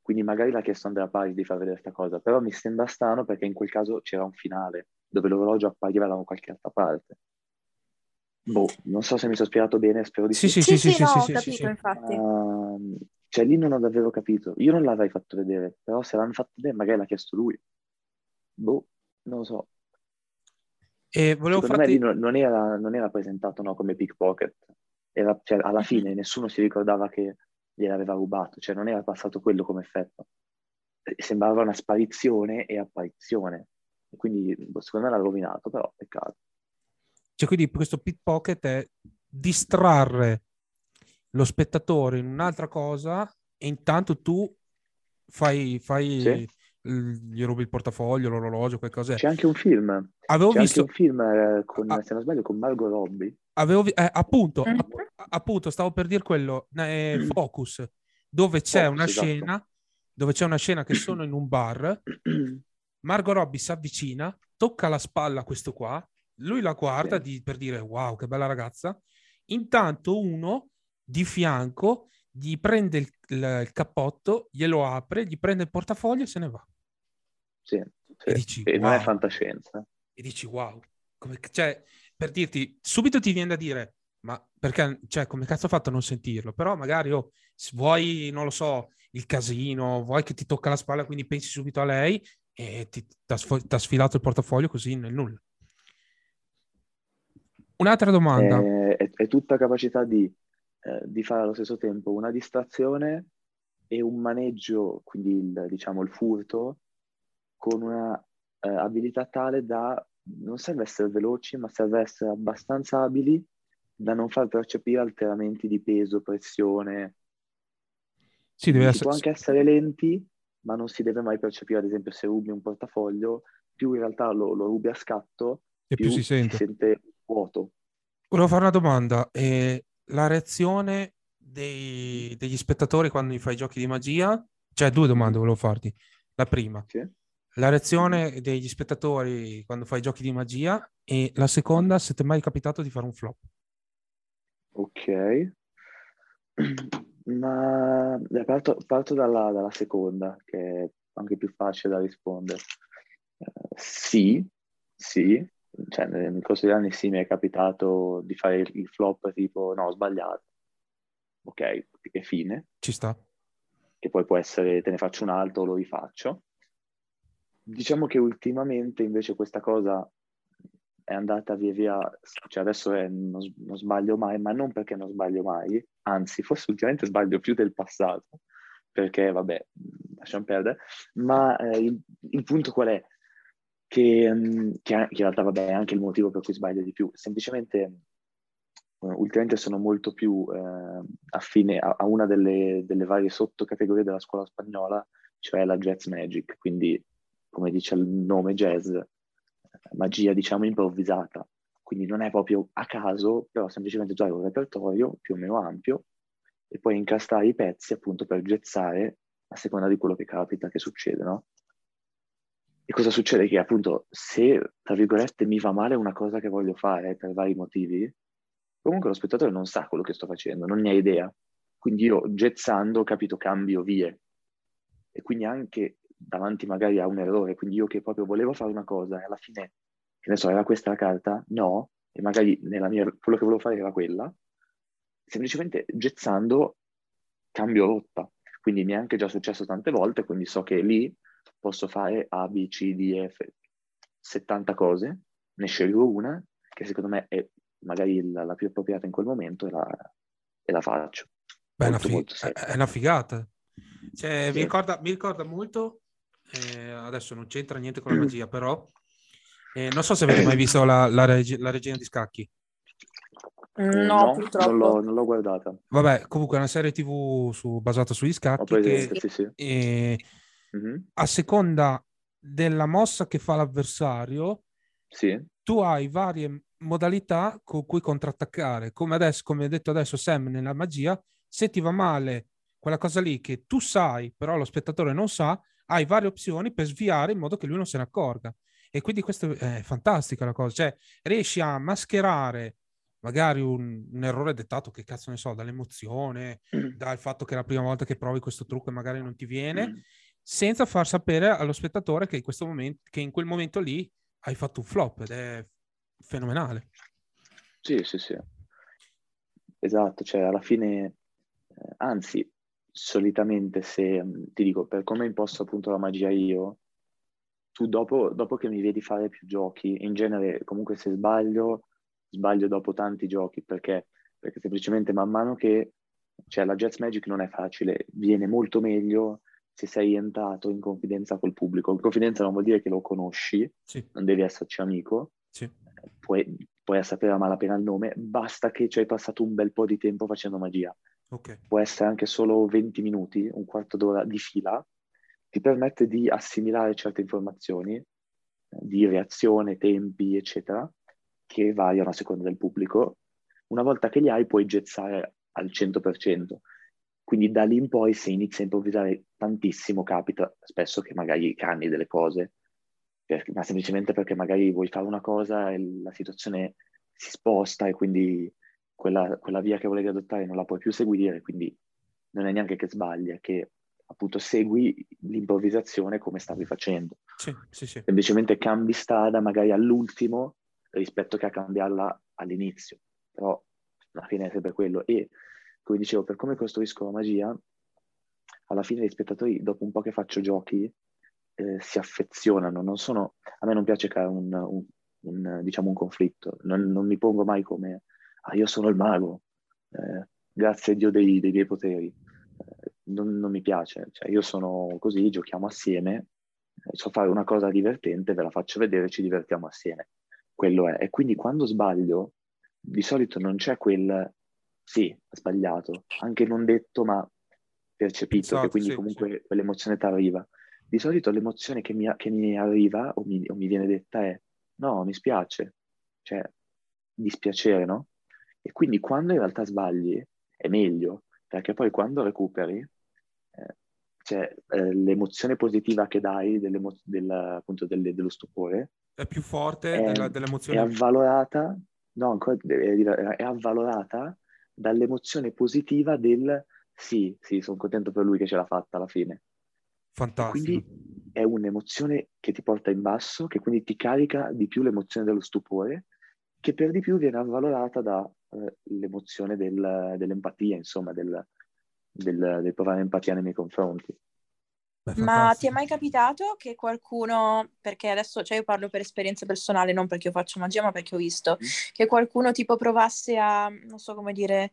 quindi magari l'ha chiesto Andrea Pari di far vedere questa cosa, però mi sembra strano perché in quel caso c'era un finale dove l'orologio appariva da qualche altra parte. Boh, non so se mi sono spiegato bene, spero di Sì, sì. sì, Sì, sì, sì, sì, sì, no, sì, ho sì, sì, capito, sì. infatti. Ma, cioè lì non ho davvero capito. Io non l'avrei fatto vedere, però se l'hanno fatto vedere magari l'ha chiesto lui. Boh, non lo so. E volevo Secondo me lì farti... non, non era, non era presentato, no, come pickpocket. Era, cioè, alla Mhm. fine nessuno si ricordava che gliel'aveva rubato, cioè non era passato quello come effetto. Sembrava una sparizione e apparizione. E quindi boh, secondo me l'ha rovinato, però peccato. Cioè, quindi questo pickpocket è distrarre lo spettatore in un'altra cosa e intanto tu fai, Sì? fai gli rubi il portafoglio, l'orologio, qualcosa. C'è anche un film, Avevo c'è anche un visto, film eh, con, a- se non sbaglio, con Margot Robbie. avevo vi- eh, appunto, Mhm. app- appunto, stavo per dire quello, eh, Focus, dove c'è una Focus, esatto. scena, dove c'è una scena che sono in un bar, Margot Robbie si avvicina, tocca la spalla a questo qua, lui la Sì, guarda di- per dire wow, che bella ragazza. Intanto uno di fianco gli prende il, il- il cappotto, glielo apre, gli prende il portafoglio e se ne va. sì, E sì. dici E non è wow, fantascienza. e dici wow. Come- cioè, per dirti, subito ti viene da dire, ma perché, cioè, come cazzo ho fatto a non sentirlo? Però magari oh, se vuoi, non lo so, il casino, vuoi che ti tocca la spalla, quindi pensi subito a lei e ti ha sfilato il portafoglio così nel nulla. Un'altra È, domanda. è- è tutta capacità di, eh, di fare allo stesso tempo una distrazione e un maneggio, quindi il, diciamo il furto, con una eh, abilità tale da non serve essere veloci, ma serve essere abbastanza abili da non far percepire alteramenti di peso, pressione. Sì, deve Quindi si essere, può anche essere lenti, ma non si deve mai percepire, ad esempio, se rubi un portafoglio, più in realtà lo, lo rubi a scatto, e più si più si sente. sente vuoto. Volevo fare una domanda. Eh, la reazione dei- degli spettatori quando gli fai giochi di magia? Cioè, due domande Mhm. volevo farti. La prima, Sì. la Mhm. reazione degli spettatori quando fai giochi di magia e la seconda, se ti è mai capitato di fare un flop. Ok. Ma eh, parto, parto dalla, dalla seconda, che è anche più facile da rispondere. Eh, sì, sì, cioè nel, nel corso degli anni sì, mi è capitato di fare il, il flop tipo no, ho sbagliato. Ok, e fine, Ci sta? che poi può essere te ne faccio un altro o lo rifaccio. Diciamo che ultimamente invece questa cosa è andata via via, cioè adesso è, non, non sbaglio mai, ma non perché non sbaglio mai, anzi forse ultimamente sbaglio più del passato, perché vabbè, lasciamo perdere, ma eh, il, il punto qual è? Che, mm, che, che in realtà vabbè è anche il motivo per cui sbaglio di più, semplicemente eh, ultimamente sono molto più eh, affine a, a una delle, delle varie sottocategorie della scuola spagnola, cioè la jazz magic, quindi come dice il nome jazz, magia diciamo improvvisata, quindi non è proprio a caso, però semplicemente tu hai un repertorio più o meno ampio e puoi incastrare i pezzi appunto per gezzare a seconda di quello che capita, che succede, no? E cosa succede? Che appunto se, tra virgolette, mi va male una cosa che voglio fare per vari motivi, comunque lo spettatore non sa quello che sto facendo, non ne ha idea. Quindi io gezzando, capito, cambio vie. E quindi anche davanti magari a un errore, quindi io che proprio volevo fare una cosa e alla fine, che ne so, era questa la carta? No, e magari nella mia, quello che volevo fare era quella, semplicemente gezzando cambio rotta. Quindi mi è anche già successo tante volte, quindi so che lì posso fare A, B, C, D, F, settanta cose, ne scelgo una che secondo me è magari la, la più appropriata in quel momento e la, e la faccio. Beh, è una, Molto, fi- molto è semplice. è una figata. Cioè, mi Sì. ricorda, mi ricorda molto, eh, adesso non c'entra niente con la magia, però eh, non so se avete mai visto la, la reg- la regina di scacchi. Eh, No, no, non l'ho, purtroppo. non l'ho guardata. Vabbè, comunque è una serie T V su- basata sugli Ho scacchi presente, che Sì. sì, sì. eh, Mhm. a seconda della mossa che fa l'avversario, Sì, tu hai varie modalità con cui contrattaccare. Come adesso, come ha detto adesso Sam nella magia, se ti va male quella cosa lì che tu sai, però lo spettatore non sa, hai varie opzioni per sviare in modo che lui non se ne accorga. E quindi questa è fantastica la cosa, cioè riesci a mascherare magari un, un errore dettato, che cazzo ne so, dall'emozione, dal fatto che è la prima volta che provi questo trucco e magari non ti viene, senza far sapere allo spettatore che in questo momento, che in quel momento lì hai fatto un flop, ed è fenomenale. Sì, sì, sì. Esatto, cioè alla fine, eh, anzi, solitamente se, mh, ti dico, per come imposto appunto la magia io, tu dopo, dopo che mi vedi fare più giochi, in genere comunque se sbaglio, sbaglio dopo tanti giochi, perché, perché semplicemente man mano che, cioè la Jazz Magic non è facile, viene molto meglio se sei entrato in confidenza col pubblico. In confidenza non vuol dire che lo conosci, Sì, non devi esserci amico, sì, puoi, puoi sapere a malapena il nome, basta che ci hai passato un bel po' di tempo facendo magia. ok. Può essere anche solo venti minuti, un quarto d'ora di fila, ti permette di assimilare certe informazioni, eh, di reazione, tempi, eccetera, che variano a seconda del pubblico. Una volta che li hai puoi gettare al cento per cento. Quindi da lì in poi se inizi a improvvisare tantissimo, capita spesso che magari canni delle cose, per- ma semplicemente perché magari vuoi fare una cosa e la situazione si sposta e quindi quella, quella via che volevi adottare non la puoi più seguire, quindi non è neanche che sbagli, è che appunto segui l'improvvisazione come stavi facendo. Sì, sì, sì. Semplicemente cambi strada magari all'ultimo rispetto che a cambiarla all'inizio, però alla fine è sempre quello. E come dicevo, per come costruisco la magia, alla fine gli spettatori, dopo un po' che faccio giochi, eh, si affezionano. Non sono, a me non piace creare un, un- un, diciamo, un conflitto. Non, non mi pongo mai come, ah, io sono il mago, eh, grazie a Dio dei, dei miei poteri. Eh, non, non mi piace. Cioè, io sono così, giochiamo assieme, eh, so fare una cosa divertente, ve la faccio vedere, ci divertiamo assieme. Quello è. E quindi quando sbaglio, di solito non c'è quel sì, ha sbagliato, anche non detto ma percepito, che Pensato, quindi sì, sì. comunque quell'emozione ti arriva. Di solito l'emozione che mi, che mi arriva o mi, o mi viene detta è no, mi spiace, cioè dispiacere, no? E quindi quando in realtà sbagli è meglio, perché poi quando recuperi, eh, cioè eh, l'emozione positiva che dai dell'emo- del, appunto delle- dello stupore È più forte è, della- è dell'emozione. avvalorata, no, ancora, è, è avvalorata dall'emozione positiva del sì, sì, sono contento per lui che ce l'ha fatta alla fine. E Fantastico. quindi è un'emozione che ti porta in basso, che quindi ti carica di più l'emozione dello stupore, che per di più viene avvalorata dall'emozione del, dell'empatia, insomma, del, del, del provare empatia nei miei confronti. Beh, Ma ti è fantastico. mai capitato che qualcuno, perché adesso, cioè io parlo per esperienza personale, non perché io faccio magia, ma perché ho visto, che qualcuno tipo provasse a, non so come dire,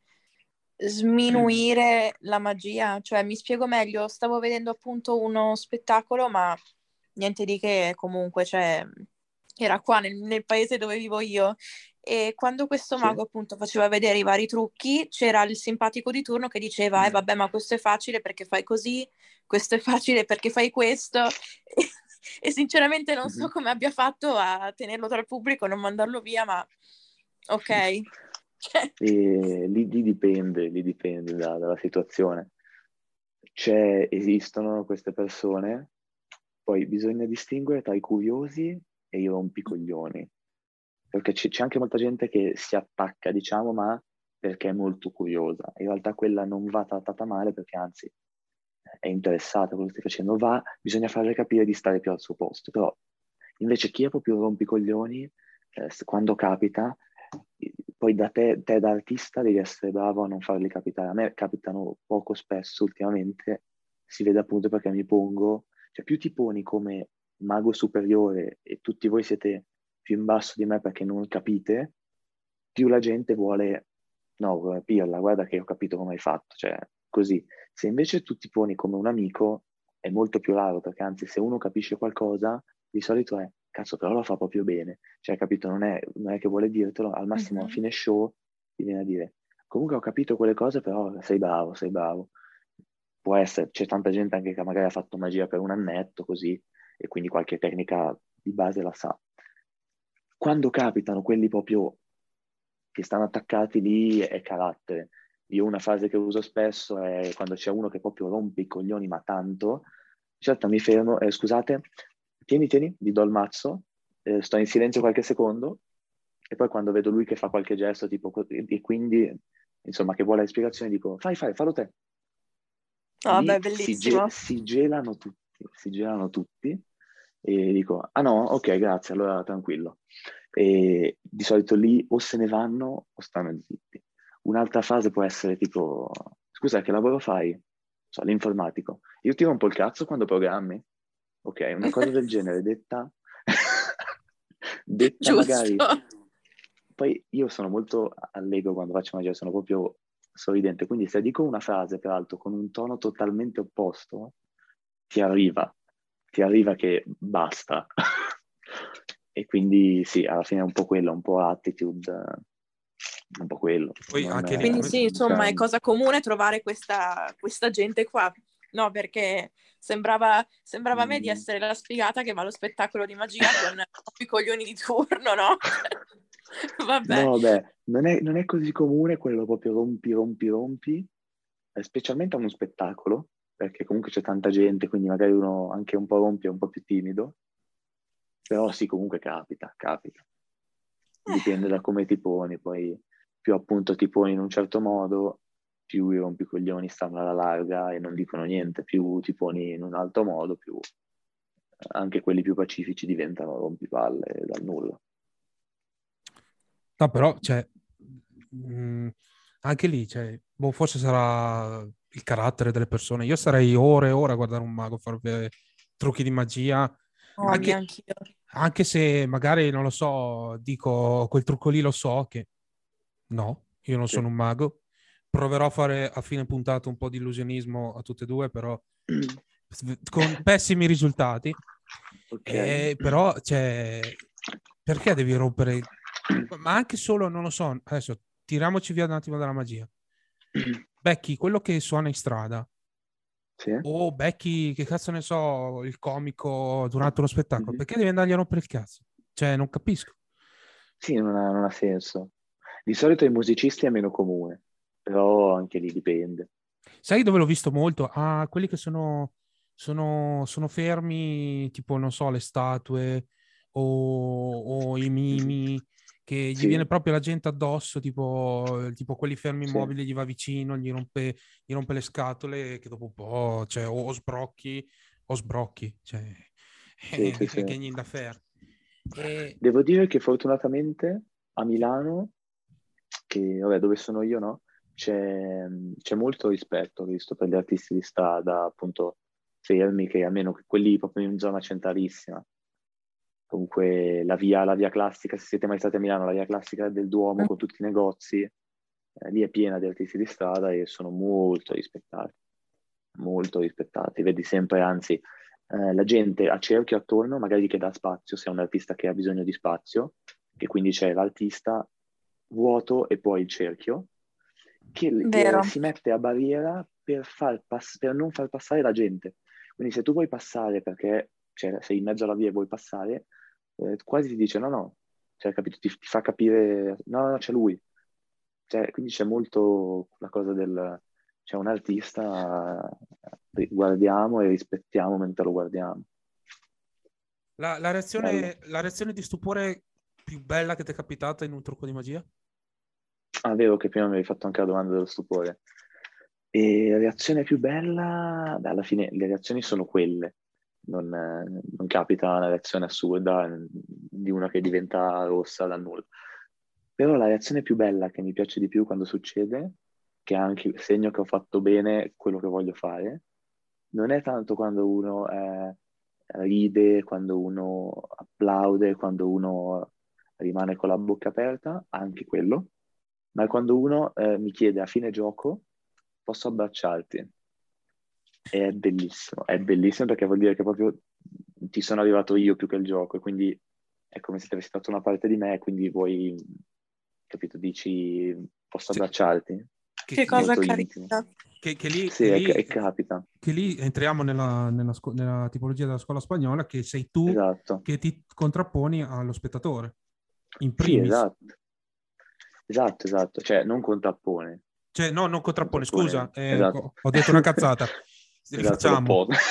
sminuire la magia? Cioè, mi spiego meglio, stavo vedendo appunto uno spettacolo, ma niente di che, comunque, cioè, era qua nel, nel paese dove vivo io. E quando questo Sì? mago appunto faceva vedere i vari trucchi, c'era il simpatico di turno che diceva, eh vabbè, ma questo è facile perché fai così, questo è facile perché fai questo. E, e sinceramente non so Mhm. come abbia fatto a tenerlo tra il pubblico e non mandarlo via, ma ok. Cioè, E lì, lì dipende, lì dipende da- dalla situazione. C'è, esistono queste persone, poi bisogna distinguere tra i curiosi e i rompicoglioni, perché c'è c'è anche molta gente che si attacca, diciamo, ma perché è molto curiosa. In realtà quella non va trattata male perché anzi è interessata a quello che stai facendo, va, bisogna farle capire di stare più al suo posto. Però invece chi è proprio rompicoglioni, eh, s- quando capita, eh, poi da te, te da artista devi essere bravo a non farli capitare. A me capitano poco spesso ultimamente, si vede appunto perché mi pongo, cioè più ti poni come mago superiore e tutti voi siete più in basso di me perché non capite, più la gente vuole, no, Pirla, guarda che ho capito come hai fatto, cioè così. Se invece tu ti poni come un amico, è molto più raro, perché anzi se uno capisce qualcosa, di solito è, cazzo, però lo fa proprio bene. Cioè, capito, non è, non è che vuole dirtelo, al massimo a mhm. fine show ti viene a dire, comunque ho capito quelle cose, però sei bravo, sei bravo. Può essere, c'è tanta gente anche che magari ha fatto magia per un annetto, così, e quindi qualche tecnica di base la sa. Quando capitano quelli proprio che stanno attaccati lì è carattere. Io una frase che uso spesso è quando c'è uno che proprio rompe i coglioni, ma tanto, certo mi fermo, eh, scusate, tieni, tieni, gli do il mazzo, eh, sto in silenzio qualche secondo e poi quando vedo lui che fa qualche gesto, tipo, e quindi, insomma, che vuole la spiegazione, dico, fai, fai, fallo te. No, Lì vabbè, si, ge- bellissimo. si gelano tutti, si gelano tutti, e dico, ah no, ok, grazie, allora tranquillo. E di solito lì o se ne vanno o stanno zitti. Un'altra fase può essere tipo, scusa, che lavoro fai? So, l'informatico. Io ti rompo il cazzo quando programmi? Ok, una cosa del genere detta, detta magari. Giusto. Poi io sono molto allegro quando faccio magia, sono proprio sorridente, quindi se dico una frase, peraltro, con un tono totalmente opposto, ti arriva, ti arriva che basta. E quindi sì, alla fine è un po' quello, un po' attitude, un po' quello. Poi Non, anche lì, Quindi come, sì, insomma, è cioè, cosa comune trovare questa, questa gente qua. No, perché sembrava, sembrava a me di mm, essere la sfigata che va allo spettacolo di magia con i coglioni di turno, no? Vabbè. no, beh, non è, non è così comune quello proprio rompi, rompi, rompi, eh, specialmente a uno spettacolo, perché comunque c'è tanta gente, quindi magari uno anche un po' rompi è un po' più timido, però sì, comunque capita, capita. Dipende da come ti poni, poi più appunto ti poni in un certo modo, più i rompicoglioni stanno alla larga e non dicono niente, più ti poni in un altro modo, più anche quelli più pacifici diventano rompipalle dal nulla. no, però, cioè, mh, anche lì, cioè, boh, forse sarà il carattere delle persone. Io sarei ore e ore a guardare un mago fare vedere trucchi di magia, Oh, mia, anche, anch'io. anche se magari, non lo so, dico, quel trucco lì lo so che no, io non Sì. sono un mago. Proverò a fare a fine puntata un po' di illusionismo a tutte e due, però con pessimi risultati. Ok. Eh, però, cioè, perché devi rompere? Ma anche solo, non lo so, adesso tiriamoci via un attimo dalla magia. Becchi quello che suona in strada, Sì. o becchi, che cazzo ne so, il comico durante uno spettacolo, Mhm. perché devi andargli a rompere il cazzo? Cioè, non capisco. Sì, non ha, non ha senso. Di solito ai musicisti è meno comune, però anche lì dipende. Sai dove l'ho visto molto? Ah, quelli che sono, sono, sono fermi, tipo, non so, le statue o, o i Mhm. mimi, che gli Sì, viene proprio la gente addosso, tipo, tipo quelli fermi sì, immobili, gli va vicino, gli rompe, gli rompe le scatole, che dopo un po', cioè, o, o sbrocchi o sbrocchi, cioè, sì, sì, sì. che niente da fare. E, Devo dire che fortunatamente a Milano, che vabbè, dove sono io, no? C'è, c'è molto rispetto, visto per gli artisti di strada, appunto, fermi, che almeno quelli proprio in zona centralissima. Comunque la via, la via classica, se siete mai stati a Milano, la via classica del Duomo con tutti i negozi, eh, lì è piena di artisti di strada e sono molto rispettati, molto rispettati. Vedi sempre, anzi, eh, la gente a cerchio attorno, magari che dà spazio, se è un artista che ha bisogno di spazio, che quindi c'è l'artista vuoto e poi il cerchio, che eh, Vero. si mette a barriera per, far pass- per non far passare la gente. Quindi se tu vuoi passare perché cioè, sei in mezzo alla via e vuoi passare, eh, quasi ti dice no, no, cioè, capito? Ti, ti fa capire, no, no, c'è lui. Cioè, quindi c'è molto la cosa del, c'è un artista, eh, guardiamo e rispettiamo mentre lo guardiamo. la, la Bello. reazione, la reazione di stupore più bella che ti è capitata in un trucco di magia? Ah, vero che prima mi avevi fatto anche la domanda dello stupore. E la reazione più bella, beh, alla fine le reazioni sono quelle. Non, eh, non capita una reazione assurda eh, di una che diventa rossa dal nulla. Però la reazione più bella che mi piace di più quando succede, che è anche il segno che ho fatto bene quello che voglio fare, non è tanto quando uno eh, ride, quando uno applaude, quando uno rimane con la bocca aperta, anche quello, ma è quando uno eh, mi chiede a fine gioco, posso abbracciarti? E è bellissimo, è bellissimo perché vuol dire che proprio ti sono arrivato io più che il gioco e quindi è come se ti avessi dato una parte di me, quindi vuoi, capito, dici posso Sì, abbracciarti? che, Che che lì, cosa Molto intimo. carina. che, che lì, Sì, che è, lì, è capita, che lì entriamo nella, nella scu- nella tipologia della scuola spagnola, che sei tu esatto. che ti contrapponi allo spettatore, in Sì, primis. esatto. Esatto, esatto, cioè non contrappone, Cioè, no, non contrappone, scusa, contrappone, eh, esatto. ho ho detto una cazzata. Esatto, lo Rifacciamo. pone.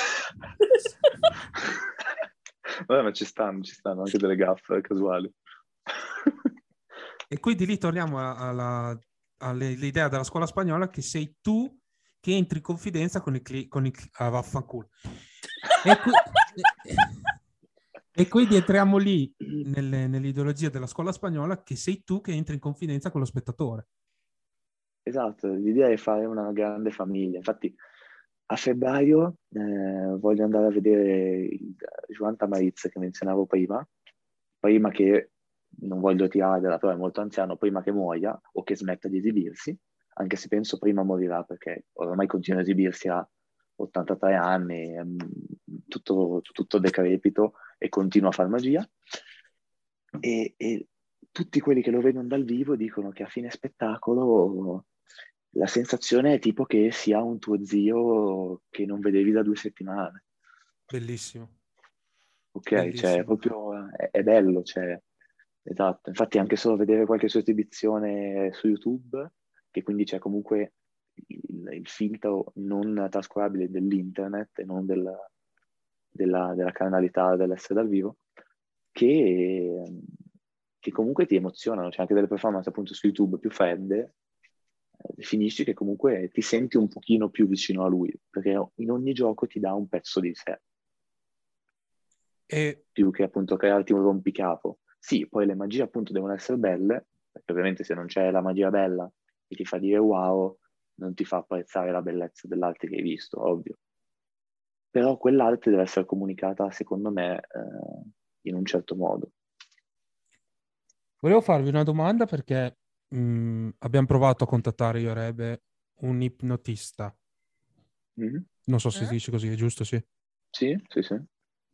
Vabbè, ma ci stanno, ci stanno anche delle gaffe casuali. E quindi lì torniamo alla, all'idea della scuola spagnola che sei tu che entri in confidenza con i cli- con i cli- ah, vaffanculo. E, qui, e quindi entriamo lì nelle, nell'ideologia della scuola spagnola che sei tu che entri in confidenza con lo spettatore. Esatto, l'idea è fare una grande famiglia. Infatti a febbraio eh, voglio andare a vedere il Joan Tamariz che menzionavo prima, prima che, non voglio tirarla, però è molto anziano, prima che muoia o che smetta di esibirsi, anche se penso prima morirà perché ormai continua a esibirsi a ottantatré anni, è tutto, tutto decrepito e continua a far magia. E, e tutti quelli che lo vedono dal vivo dicono che a fine spettacolo la sensazione è tipo che sia un tuo zio che non vedevi da due settimane. Bellissimo. Ok, Bellissimo. cioè proprio è, è bello, cioè, esatto. Infatti anche solo vedere qualche sua esibizione su YouTube, che quindi c'è comunque il, il filtro non trascurabile dell'internet e non del, della, della canalità dell'essere dal vivo, che, che comunque ti emozionano. C'è anche delle performance appunto su YouTube più fredde, eh, finisci che comunque ti senti un pochino più vicino a lui, perché in ogni gioco ti dà un pezzo di sé. E... più che appunto crearti un rompicapo. Sì, poi le magie appunto devono essere belle, perché ovviamente se non c'è la magia bella che ti fa dire wow, non ti fa apprezzare la bellezza dell'arte che hai visto, ovvio. Però quell'arte deve essere comunicata, secondo me, eh, in un certo modo. Volevo farvi una domanda perché mh, abbiamo provato a contattare io e Rebe un ipnotista. Mm-hmm. Non so se Eh? si dice così, è giusto? Sì. Sì, sì, sì.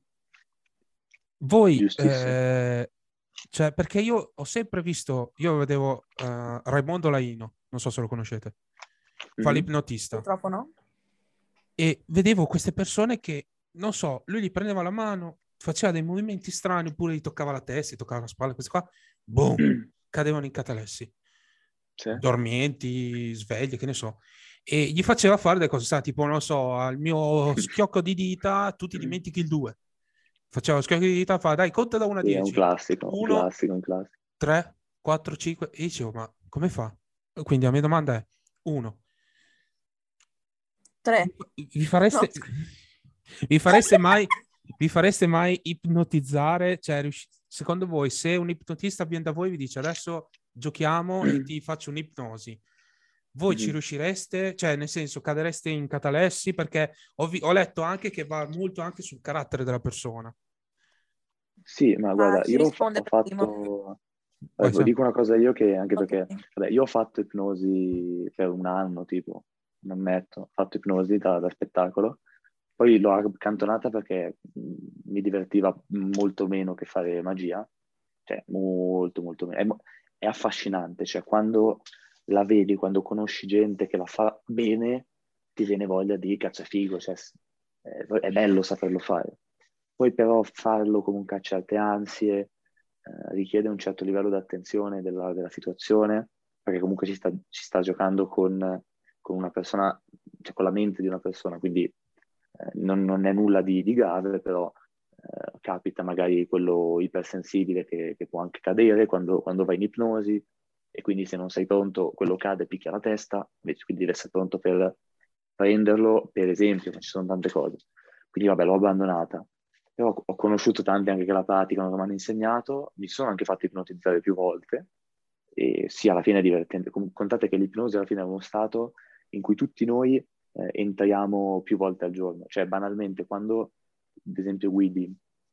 Voi, Giustissimo. eh, cioè, perché io ho sempre visto, io vedevo uh, Raimondo Laino, non so se lo conoscete, fa Mm-hmm. l'ipnotista. Purtroppo no. E vedevo queste persone che, non so, lui gli prendeva la mano, faceva dei movimenti strani, oppure gli toccava la testa, gli toccava la spalla, queste qua, boom, cadevano in catalessi. Sì. Dormienti, svegli, che ne so. E gli faceva fare delle cose strane, tipo, non so, al mio schiocco di dita tu ti dimentichi il due. Faceva lo schiocco di dita, fa, dai, conta da uno a Sì, è un dieci. classico, un uno, classico, un classico. tre, quattro, cinque. E dicevo, ma come fa? Quindi la mia domanda è, uno, Tre. vi fareste, No. vi fareste mai, vi fareste mai ipnotizzare? Cioè, riusci- secondo voi, se un ipnotista viene da voi e vi dice adesso giochiamo e ti faccio un'ipnosi, voi ci Mm-hmm. riuscireste? Cioè, nel senso, cadereste in catalessi? Perché ho, vi- ho letto anche che va molto anche sul carattere della persona. Sì, ma Ah, guarda, chi io ho, fa- risponde ho per primo? fatto... Vai, eh, Sam. dico una cosa io che anche Ok. perché vabbè, io ho fatto ipnosi per un anno, tipo, non ammetto, ho fatto ipnosi da, da spettacolo, poi l'ho accantonata perché mh, mi divertiva molto meno che fare magia, cioè molto molto meno. È, mo- è affascinante, cioè quando la vedi, quando conosci gente che la fa bene, ti viene voglia di cazzo è figo, cioè, è, è bello saperlo fare. Poi però farlo come un caccia ansie eh, richiede un certo livello di attenzione della, della situazione, perché comunque ci sta, ci sta giocando con, con una persona, cioè con la mente di una persona, quindi eh, non, non è nulla di, di grave, però eh, capita magari quello ipersensibile che, che può anche cadere quando, quando vai in ipnosi, e quindi se non sei pronto, quello cade e picchia la testa, invece quindi devi essere pronto per prenderlo, per esempio, ma ci sono tante cose. Quindi vabbè, l'ho abbandonata. Però ho conosciuto tanti anche che la praticano, che mi hanno insegnato, mi sono anche fatto ipnotizzare più volte, e sì, alla fine è divertente. Com- Contate che l'ipnosi alla fine è uno stato in cui tutti noi eh, entriamo più volte al giorno. Cioè, banalmente, quando, ad esempio, guidi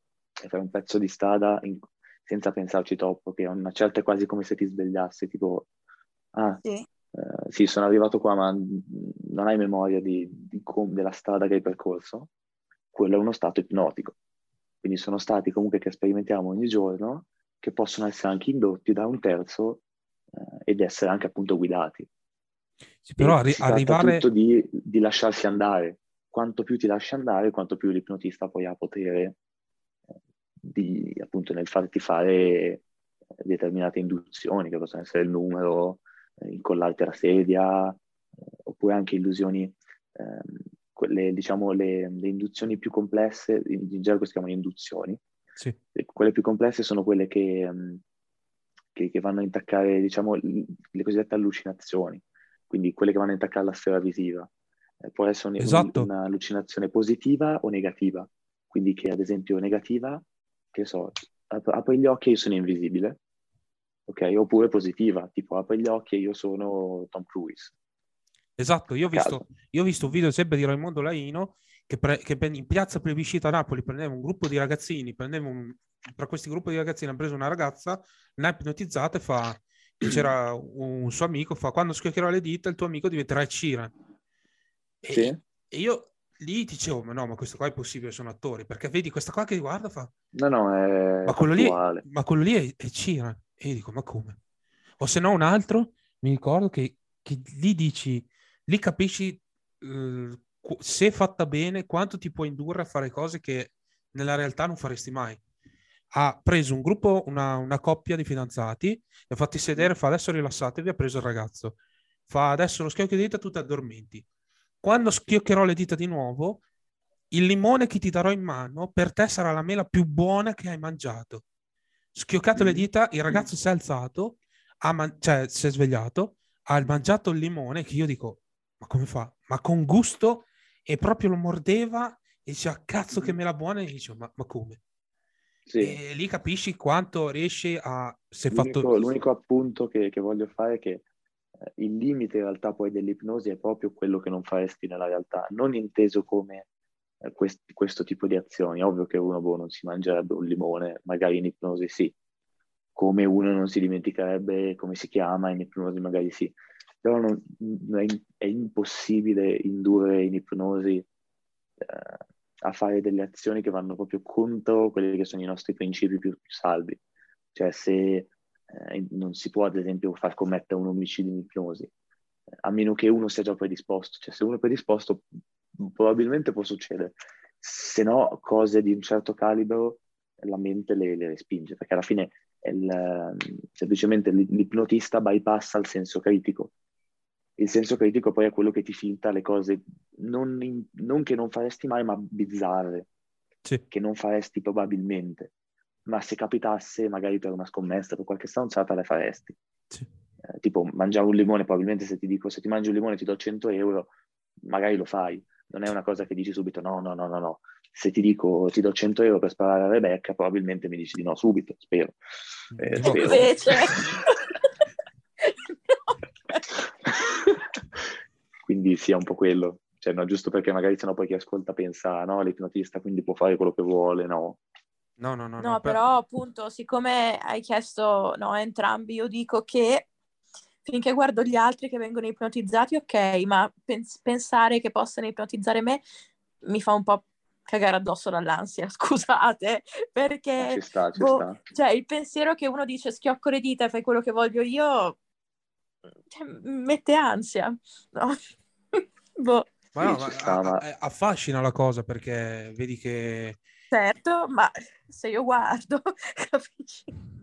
e fai un pezzo di strada in- senza pensarci troppo, che a una certa è quasi come se ti svegliassi, tipo, ah, Sì. eh, sì, sono arrivato qua, ma non hai memoria di, di com- della strada che hai percorso, quello è uno stato ipnotico. Quindi sono stati comunque che sperimentiamo ogni giorno, che possono essere anche indotti da un terzo eh, ed essere anche appunto guidati. Sì, però E arri- si tratta tutto arrivare... di, di lasciarsi andare. Quanto più ti lasci andare, quanto più l'ipnotista poi ha potere eh, di, appunto nel farti fare eh, determinate induzioni, che possono essere il numero, eh, incollarti alla sedia, eh, oppure anche illusioni, ehm, quelle, diciamo, le, le induzioni più complesse, in, in gergo si chiamano induzioni. Sì. E quelle più complesse sono quelle che, ehm, che, che vanno a intaccare, diciamo, le cosiddette allucinazioni, quindi quelle che vanno a intaccare la sfera visiva. Eh, può essere un- Esatto, un'allucinazione positiva o negativa, quindi che ad esempio negativa, che so, ap- apro gli occhi e io sono invisibile, ok? Oppure positiva, tipo apro gli occhi e io sono Tom Cruise, esatto. Io ho a caso. visto, io ho visto un video sempre di Raimondo Laino che, pre- che pre- in piazza Plebiscito a Napoli prendeva un gruppo di ragazzini, prendeva un- tra questi gruppi di ragazzini ha preso una ragazza, l'ha ipnotizzata e fa, che c'era un suo amico, fa quando schioccherò le dita il tuo amico diventerà Ed Sheeran. Sì? E, e io lì dicevo, ma no, ma questo qua è possibile, sono attori, perché vedi questa qua che guarda fa, No, no, è ma quello lì, fattuale. ma quello lì è, è Sheeran. E io dico, ma come? O se no un altro, mi ricordo che, che lì dici, lì capisci eh, qu- se fatta bene, quanto ti può indurre a fare cose che nella realtà non faresti mai. Ha preso un gruppo, una, una coppia di fidanzati, li ha fatti sedere, fa adesso rilassatevi, ha preso il ragazzo. Fa adesso lo schiocchio di dita, tu ti addormenti. Quando schioccherò le dita di nuovo, il limone che ti darò in mano per te sarà la mela più buona che hai mangiato. Schioccato le Mm. dita, il ragazzo si è alzato, ha man- cioè si è svegliato, ha mangiato il limone che io dico, ma come fa? Ma con gusto e proprio lo mordeva e diceva, cazzo che mela buona e dicevo, ma, ma come? Sì. E lì capisci quanto riesci a... Se fatto... L'unico, l'unico appunto che, che voglio fare è che eh, il limite in realtà poi dell'ipnosi è proprio quello che non faresti nella realtà, non inteso come eh, quest- questo tipo di azioni. Ovvio che uno boh, non si mangerebbe un limone, magari in ipnosi sì, come uno non si dimenticherebbe come si chiama in ipnosi magari sì, però non- non è, è impossibile indurre in ipnosi eh, a fare delle azioni che vanno proprio contro quelli che sono i nostri principi più, più salvi. Cioè se eh, non si può ad esempio far commettere un omicidio in ipnosi, eh, a meno che uno sia già predisposto. Cioè se uno è predisposto probabilmente può succedere, se no cose di un certo calibro la mente le, le respinge, perché alla fine è il, semplicemente l'ipnotista bypassa il senso critico. Il senso critico poi è quello che ti filtra le cose non, in- non che non faresti mai, ma bizzarre, Sì, che non faresti probabilmente. Ma se capitasse, magari per una scommessa, per qualche stronzata, le faresti. sì. Eh, tipo, mangiare un limone, probabilmente se ti dico, se ti mangi un limone ti do cento euro, magari lo fai. Non è una cosa che dici subito, no, no, no, no, no. Se ti dico, ti do cento euro per sparare a Rebecca, probabilmente mi dici di no subito, spero. Eh, No. spero. Invece... Quindi sia un po' quello. Cioè, no, giusto perché magari sennò poi chi ascolta pensa, no, l'ipnotista quindi può fare quello che vuole, no. No, no, no, no, No, per- però appunto, siccome hai chiesto no, a entrambi, io dico che finché guardo gli altri che vengono ipnotizzati, ok, ma pens- pensare che possano ipnotizzare me mi fa un po' cagare addosso dall'ansia, scusate, Ma ci perché sta, ci boh, sta. cioè il pensiero che uno dice schiocco le dita e fai quello che voglio io, cioè, mette ansia, no? Boh, Ma Sì, no, ci ma sta, a- ma a- affascina la cosa perché vedi che... certo, ma se io guardo, capisci?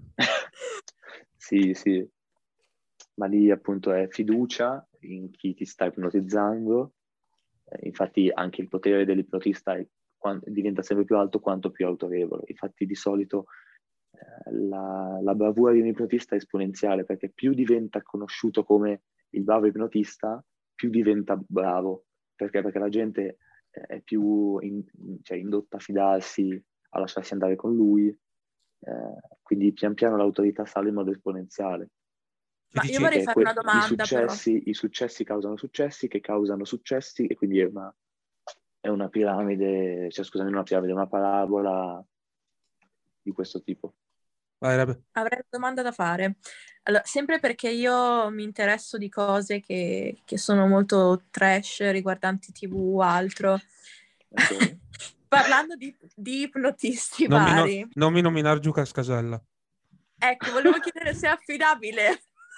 sì, sì. Ma lì appunto è fiducia in chi ti sta ipnotizzando. Eh, infatti anche il potere dell'ipnotista è quan- diventa sempre più alto quanto più autorevole. Infatti di solito eh, la, la bravura di un ipnotista è esponenziale perché più diventa conosciuto come il bravo ipnotista, più diventa bravo. Perché? Perché la gente eh, è più in- cioè, indotta a fidarsi, a lasciarsi andare con lui. Eh, quindi pian piano l'autorità sale in modo esponenziale. Che Ma io dici... vorrei Perché fare una que- i domanda però. successi, i successi causano successi che causano successi e quindi è una, è una piramide, cioè scusami, una piramide, una parabola di questo tipo. Vai, Rebe. Avrei una domanda da fare. Allora, sempre perché io mi interesso di cose che, che sono molto trash, riguardanti T V o altro. Ok? Parlando di, di ipnotisti Non mi, no- vari, non mi nominare Giuca Scasella. ecco, volevo chiedere se è affidabile.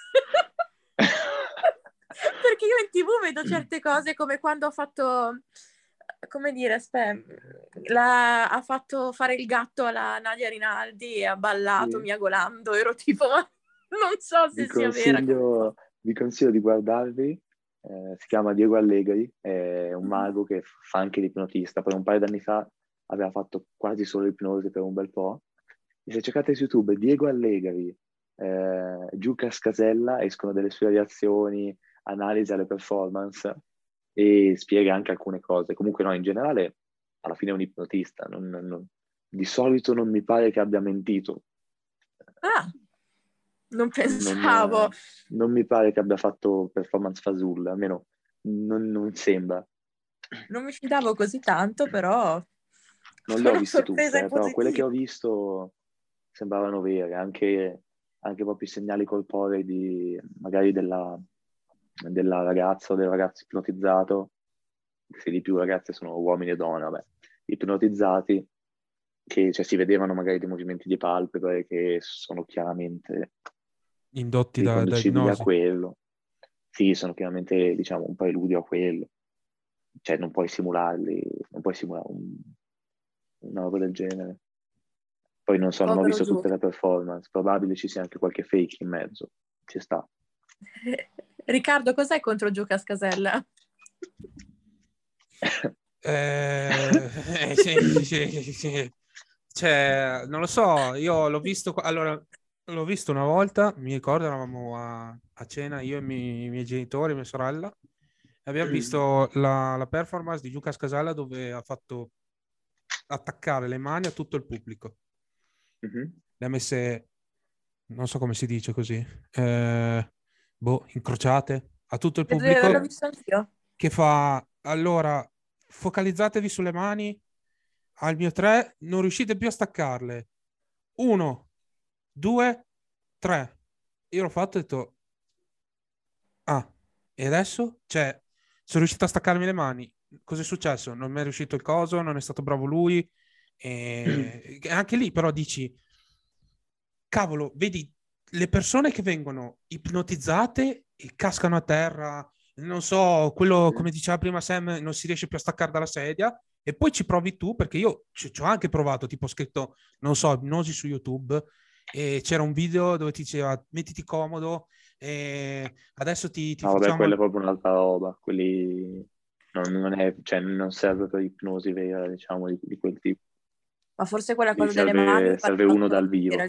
Perché io in T V vedo certe cose come quando ho fatto, come dire, aspetta, la- ha fatto fare il gatto alla Nadia Rinaldi e ha ballato Sì. miagolando, ero tipo, ma non so Vi se sia vera come cosa. consiglio, vi consiglio di guardarvi, eh, si chiama Diego Allegri, è un Mhm. mago che fa anche l'ipnotista, poi un paio d'anni fa aveva fatto quasi solo ipnosi per un bel po'. E se cercate su YouTube Diego Allegri eh, Giuca Scasella, escono delle sue reazioni, analisi alle performance e spiega anche alcune cose. Comunque no, in generale alla fine è un ipnotista, non, non- non- di solito non mi pare che abbia mentito. Ah, non Non, pensavo. eh, non mi pare che abbia fatto performance fasulle, almeno non, non sembra. Non mi fidavo così tanto, però Non le ho sono viste sorpresa tutte, in eh, però quelle che positivo. ho visto sembravano vere, anche, anche proprio i segnali corporei di, magari della, della ragazza o del ragazzo ipnotizzato, se di più ragazze sono uomini e donne, vabbè, ipnotizzati, che cioè, si vedevano magari dei movimenti di palpebre che sono chiaramente Indotti da, da riconducibili a ipnosi. quello. Sì, sono chiaramente, diciamo, un preludio a quello. Cioè, non puoi simularli, non puoi simulare un- una roba del genere. Poi non so, non ho Povero visto tutte Giuca. le performance, probabile ci sia anche qualche fake in mezzo, ci sta. Riccardo, cos'hai contro Giuca Scasella? Eh, eh, sì, sì, sì, sì. Cioè, non lo so, io l'ho visto, qua- allora, l'ho visto una volta, mi ricordo, eravamo a, a cena io e i miei, i miei genitori, mia sorella, e abbiamo visto la, la performance di Giuca Scasella dove ha fatto attaccare le mani a tutto il pubblico. Mhm. Le ha messe, non so come si dice così, eh, boh, incrociate a tutto il Credo di averlo pubblico visto anch'io. che fa, allora, focalizzatevi sulle mani, al mio tre, non riuscite più a staccarle. Uno, due, tre. Io l'ho fatto e ho detto, ah, e adesso? Cioè, sono riuscito a staccarmi le mani. Cos'è successo? Non mi è riuscito il coso, non è stato bravo lui. E anche lì però dici, cavolo, vedi le persone che vengono ipnotizzate e cascano a terra, non so, quello come diceva prima Sam, non si riesce più a staccare dalla sedia e poi ci provi tu, perché io ci, ci ho anche provato, tipo ho scritto, non so, ipnosi su YouTube e c'era un video dove ti diceva mettiti comodo e adesso ti, ti No, vabbè, facciamo... quella è proprio un'altra roba, quelli non, non è, cioè, non serve per ipnosi vera, diciamo, di, di quel tipo. Ma forse quella Lì cosa delle mani serve, serve valeva uno solo dal perché vivo. era...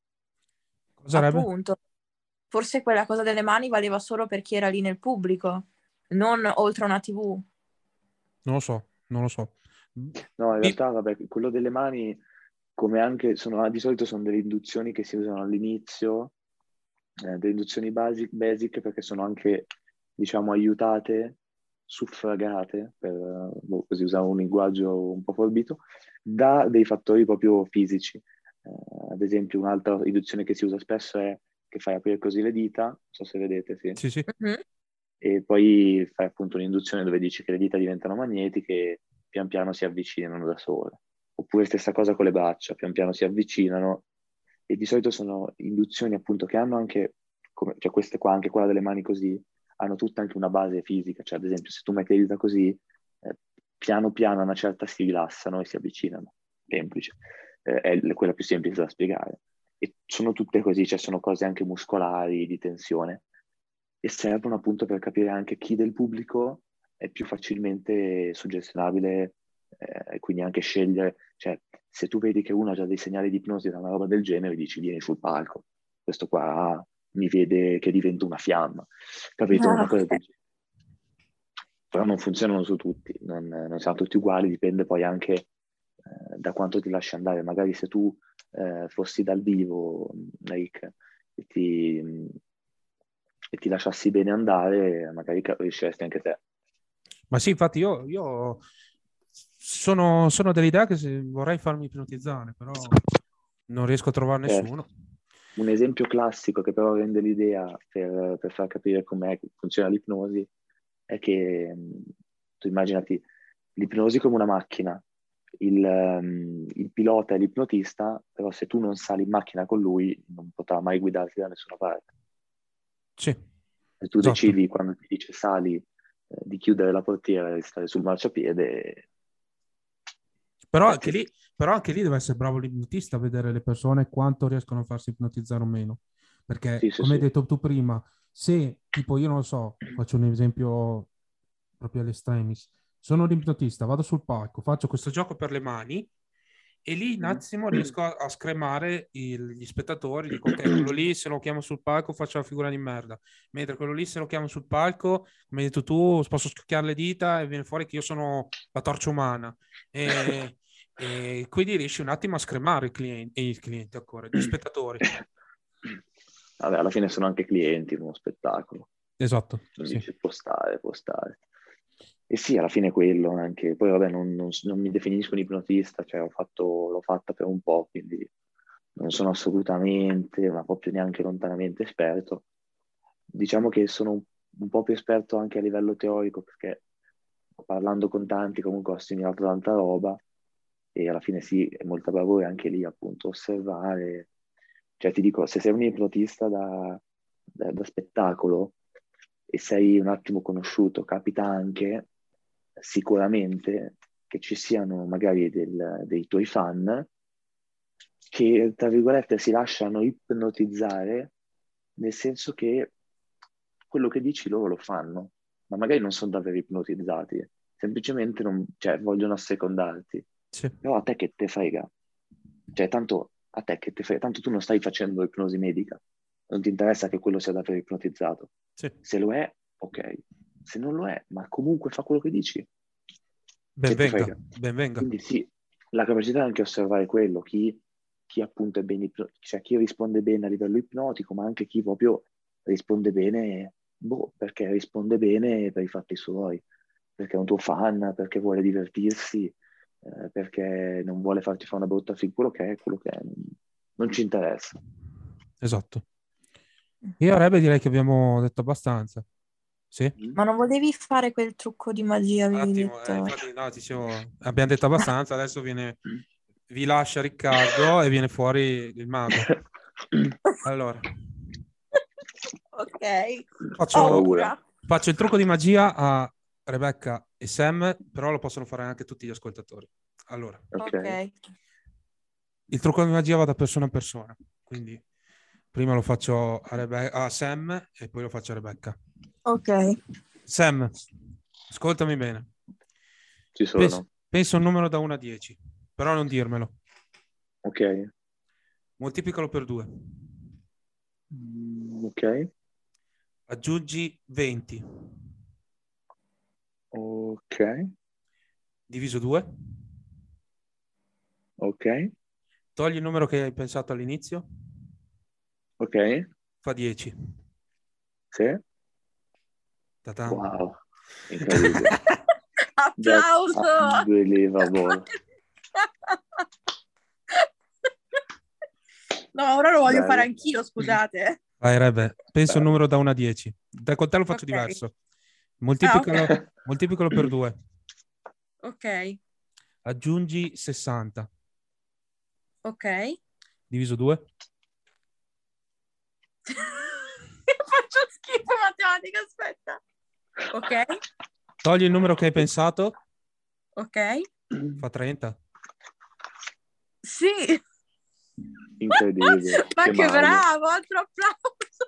Cosa sarebbe? Appunto, forse quella cosa delle mani valeva solo per chi era lì nel pubblico, non oltre una tivù. Non lo so, non lo so. No, in Mi- realtà, vabbè, quello delle mani, come anche sono, di solito sono delle induzioni che si usano all'inizio, eh, delle induzioni basic, basic perché sono anche, diciamo, aiutate, suffragate, per eh, boh, così usare un linguaggio un po' forbito, da dei fattori proprio fisici. Eh, ad esempio, un'altra induzione che si usa spesso è che fai aprire così le dita, non so se vedete, sì, Sì, sì. Mhm. e poi fai appunto un'induzione dove dici che le dita diventano magnetiche e pian piano si avvicinano da sole. Oppure stessa cosa con le braccia, pian piano si avvicinano e di solito sono induzioni appunto che hanno anche, come, cioè queste qua, anche quella delle mani così, hanno tutta anche una base fisica, cioè ad esempio se tu metti le dita così, eh, piano piano a una certa si rilassano e si avvicinano, semplice, eh, è l- quella più semplice da spiegare. E sono tutte così, cioè sono cose anche muscolari, di tensione, e servono appunto per capire anche chi del pubblico è più facilmente suggestionabile eh, e quindi anche scegliere, cioè se tu vedi che uno ha già dei segnali di ipnosi da una roba del genere, dici vieni sul palco, questo qua mi vede che divento una fiamma, capito? Ah, Una cosa ok. del genere. Però non funzionano su tutti, non, non siamo tutti uguali, dipende poi anche eh, da quanto ti lasci andare. Magari se tu eh, fossi dal vivo, Rick, e ti, e ti lasciassi bene andare, magari ca- riusciresti anche te. Ma sì, infatti io, io sono, sono dell'idea che se vorrei farmi ipnotizzare, però non riesco a trovare Certo. nessuno. Un esempio classico che però rende l'idea per, per far capire come funziona l'ipnosi è che mh, tu immaginati l'ipnosi come una macchina, il, um, il pilota è l'ipnotista, però se tu non sali in macchina con lui non potrà mai guidarti da nessuna parte. Sì, Se tu esatto. decidi quando ti dice sali eh, di chiudere la portiera e di stare sul marciapiede, Però anche cazzi sì. lì, però anche lì deve essere bravo l'ipnotista a vedere le persone quanto riescono a farsi ipnotizzare o meno. Sì, Perché, sì, come hai sì. detto tu prima, se tipo io non lo so, faccio un esempio proprio all'estremis, sono un ipnotista, vado sul palco, faccio questo gioco per le mani e lì un attimo riesco a, a scremare il- gli spettatori, dico ok, quello lì se lo chiamo sul palco faccio la figura di merda, mentre quello lì se lo chiamo sul palco, come hai detto tu, posso scocchiare le dita e viene fuori che io sono la torcia umana, e, e quindi riesci un attimo a scremare il cliente, il cliente ancora, gli spettatori. Vabbè, alla fine sono anche clienti in uno spettacolo. Esatto, Quindi sì. ci può stare, può stare. E sì, alla fine è quello anche. Poi vabbè, non, non- non mi definisco un ipnotista, cioè ho fatto, l'ho fatta per un po', quindi non sono assolutamente, ma proprio neanche lontanamente esperto. Diciamo che sono un, un po' più esperto anche a livello teorico, perché parlando con tanti comunque ho assimilato tanta roba e alla fine sì, è molta bravura anche lì appunto osservare. Cioè ti dico, se sei un ipnotista da, da- da spettacolo e sei un attimo conosciuto, capita anche sicuramente che ci siano magari del- dei tuoi fan che, tra virgolette, si lasciano ipnotizzare, nel senso che quello che dici loro lo fanno, ma magari non sono davvero ipnotizzati, semplicemente non, cioè, vogliono assecondarti. Sì. Però a te che te frega? Cioè, tanto a te che te frega, tanto tu non stai facendo ipnosi medica, non ti interessa che quello sia davvero ipnotizzato. Sì. Se lo è, ok. Se non lo è, ma comunque fa quello che dici, Ben che te venga, frega? ben venga. Quindi sì, la capacità è anche osservare quello, chi, chi appunto è ben ipno- cioè chi risponde bene a livello ipnotico, ma anche chi proprio risponde bene, boh, perché risponde bene per i fatti suoi, perché è un tuo fan, perché vuole divertirsi, eh, perché non vuole farti fare una brutta figura, quello che è, quello che è, non, non ci interessa. Esatto. Io a Rebe direi che abbiamo detto abbastanza. Sì? Mm? Ma non volevi fare quel trucco di magia, Un avevi attimo, eh, detto? infatti no, dicevo, abbiamo detto abbastanza, adesso viene, vi lascia Riccardo e viene fuori il mago. Allora, Ok, ho faccio, paura. faccio il trucco di magia a Rebecca e Sam, però lo possono fare anche tutti gli ascoltatori. Allora, Ok, Ok. il trucco di magia va da persona a persona, quindi prima lo faccio a, Rebe- a Sam e poi lo faccio a Rebecca. Ok. Sam, ascoltami bene. ci Pens- sono. pensa un numero da uno a dieci, però non dirmelo. Ok, Moltiplicalo per due. Mm, ok, Aggiungi venti. ok, Diviso due. ok, Togli il numero che hai pensato all'inizio. ok, Fa dieci. sì, Ta-ta. wow, incredibile. That's Applauso! unbelievable. No, ora lo voglio fare Bello. anch'io, scusate. Vai, Rebe. Pensa un Bello. numero da uno a dieci. Da, con te lo faccio Ok. diverso. Ah, ok. Moltiplicalo, moltiplicalo per due. Ok. Aggiungi sessanta. Ok. Diviso due. Faccio schifo in matematica, aspetta. Ok. Togli il numero che hai pensato. Ok. Fa trenta. Sì. Incredibile. Ma Che che mago. bravo, altro applauso.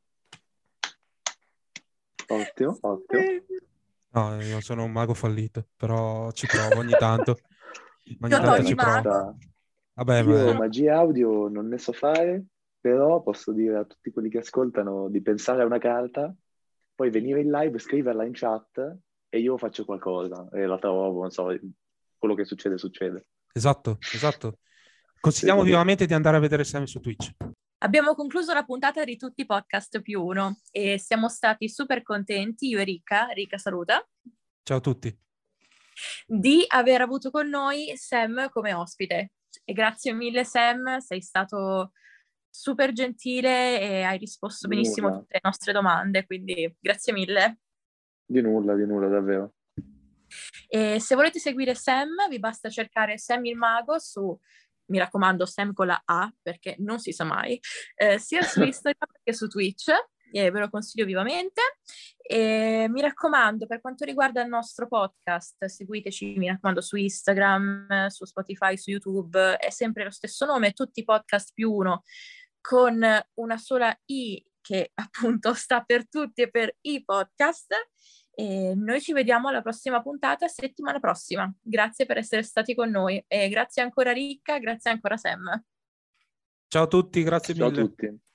Ottimo, ottimo. No, io sono un mago fallito, però ci provo ogni tanto. Ogni Io tanto togli ci provo. mago. Vabbè, Io ma... magia audio non ne so fare, però posso dire a tutti quelli che ascoltano di pensare a una carta, poi venire in live, scriverla in chat e io faccio qualcosa e la trovo, non so, quello che succede, succede. Esatto, esatto. Sì, Consigliamo sì. vivamente di andare a vedere Sam su Twitch. Abbiamo concluso la puntata di Tutti i Podcast più uno e siamo stati super contenti, io e Ricca, Ricca saluta, Ciao a tutti. di aver avuto con noi Sam come ospite. E grazie mille Sam, sei stato super gentile e hai risposto Di benissimo a nulla, tutte le nostre domande, quindi grazie mille. di nulla, di nulla, davvero. E se volete seguire Sam, vi basta cercare Sam il Mago su, mi raccomando, Sam con la A, perché non si sa mai, eh, sia su Instagram che su Twitch, e ve lo consiglio vivamente. E mi raccomando, per quanto riguarda il nostro podcast, seguiteci, mi raccomando, su Instagram, su Spotify, su YouTube, è sempre lo stesso nome, tutti i podcast più uno, con una sola I che appunto sta per tutti e per i podcast. E noi ci vediamo alla prossima puntata, settimana prossima. Grazie per essere stati con noi e grazie ancora Ricca, grazie ancora Sam. Ciao a tutti, grazie Ciao mille. a tutti.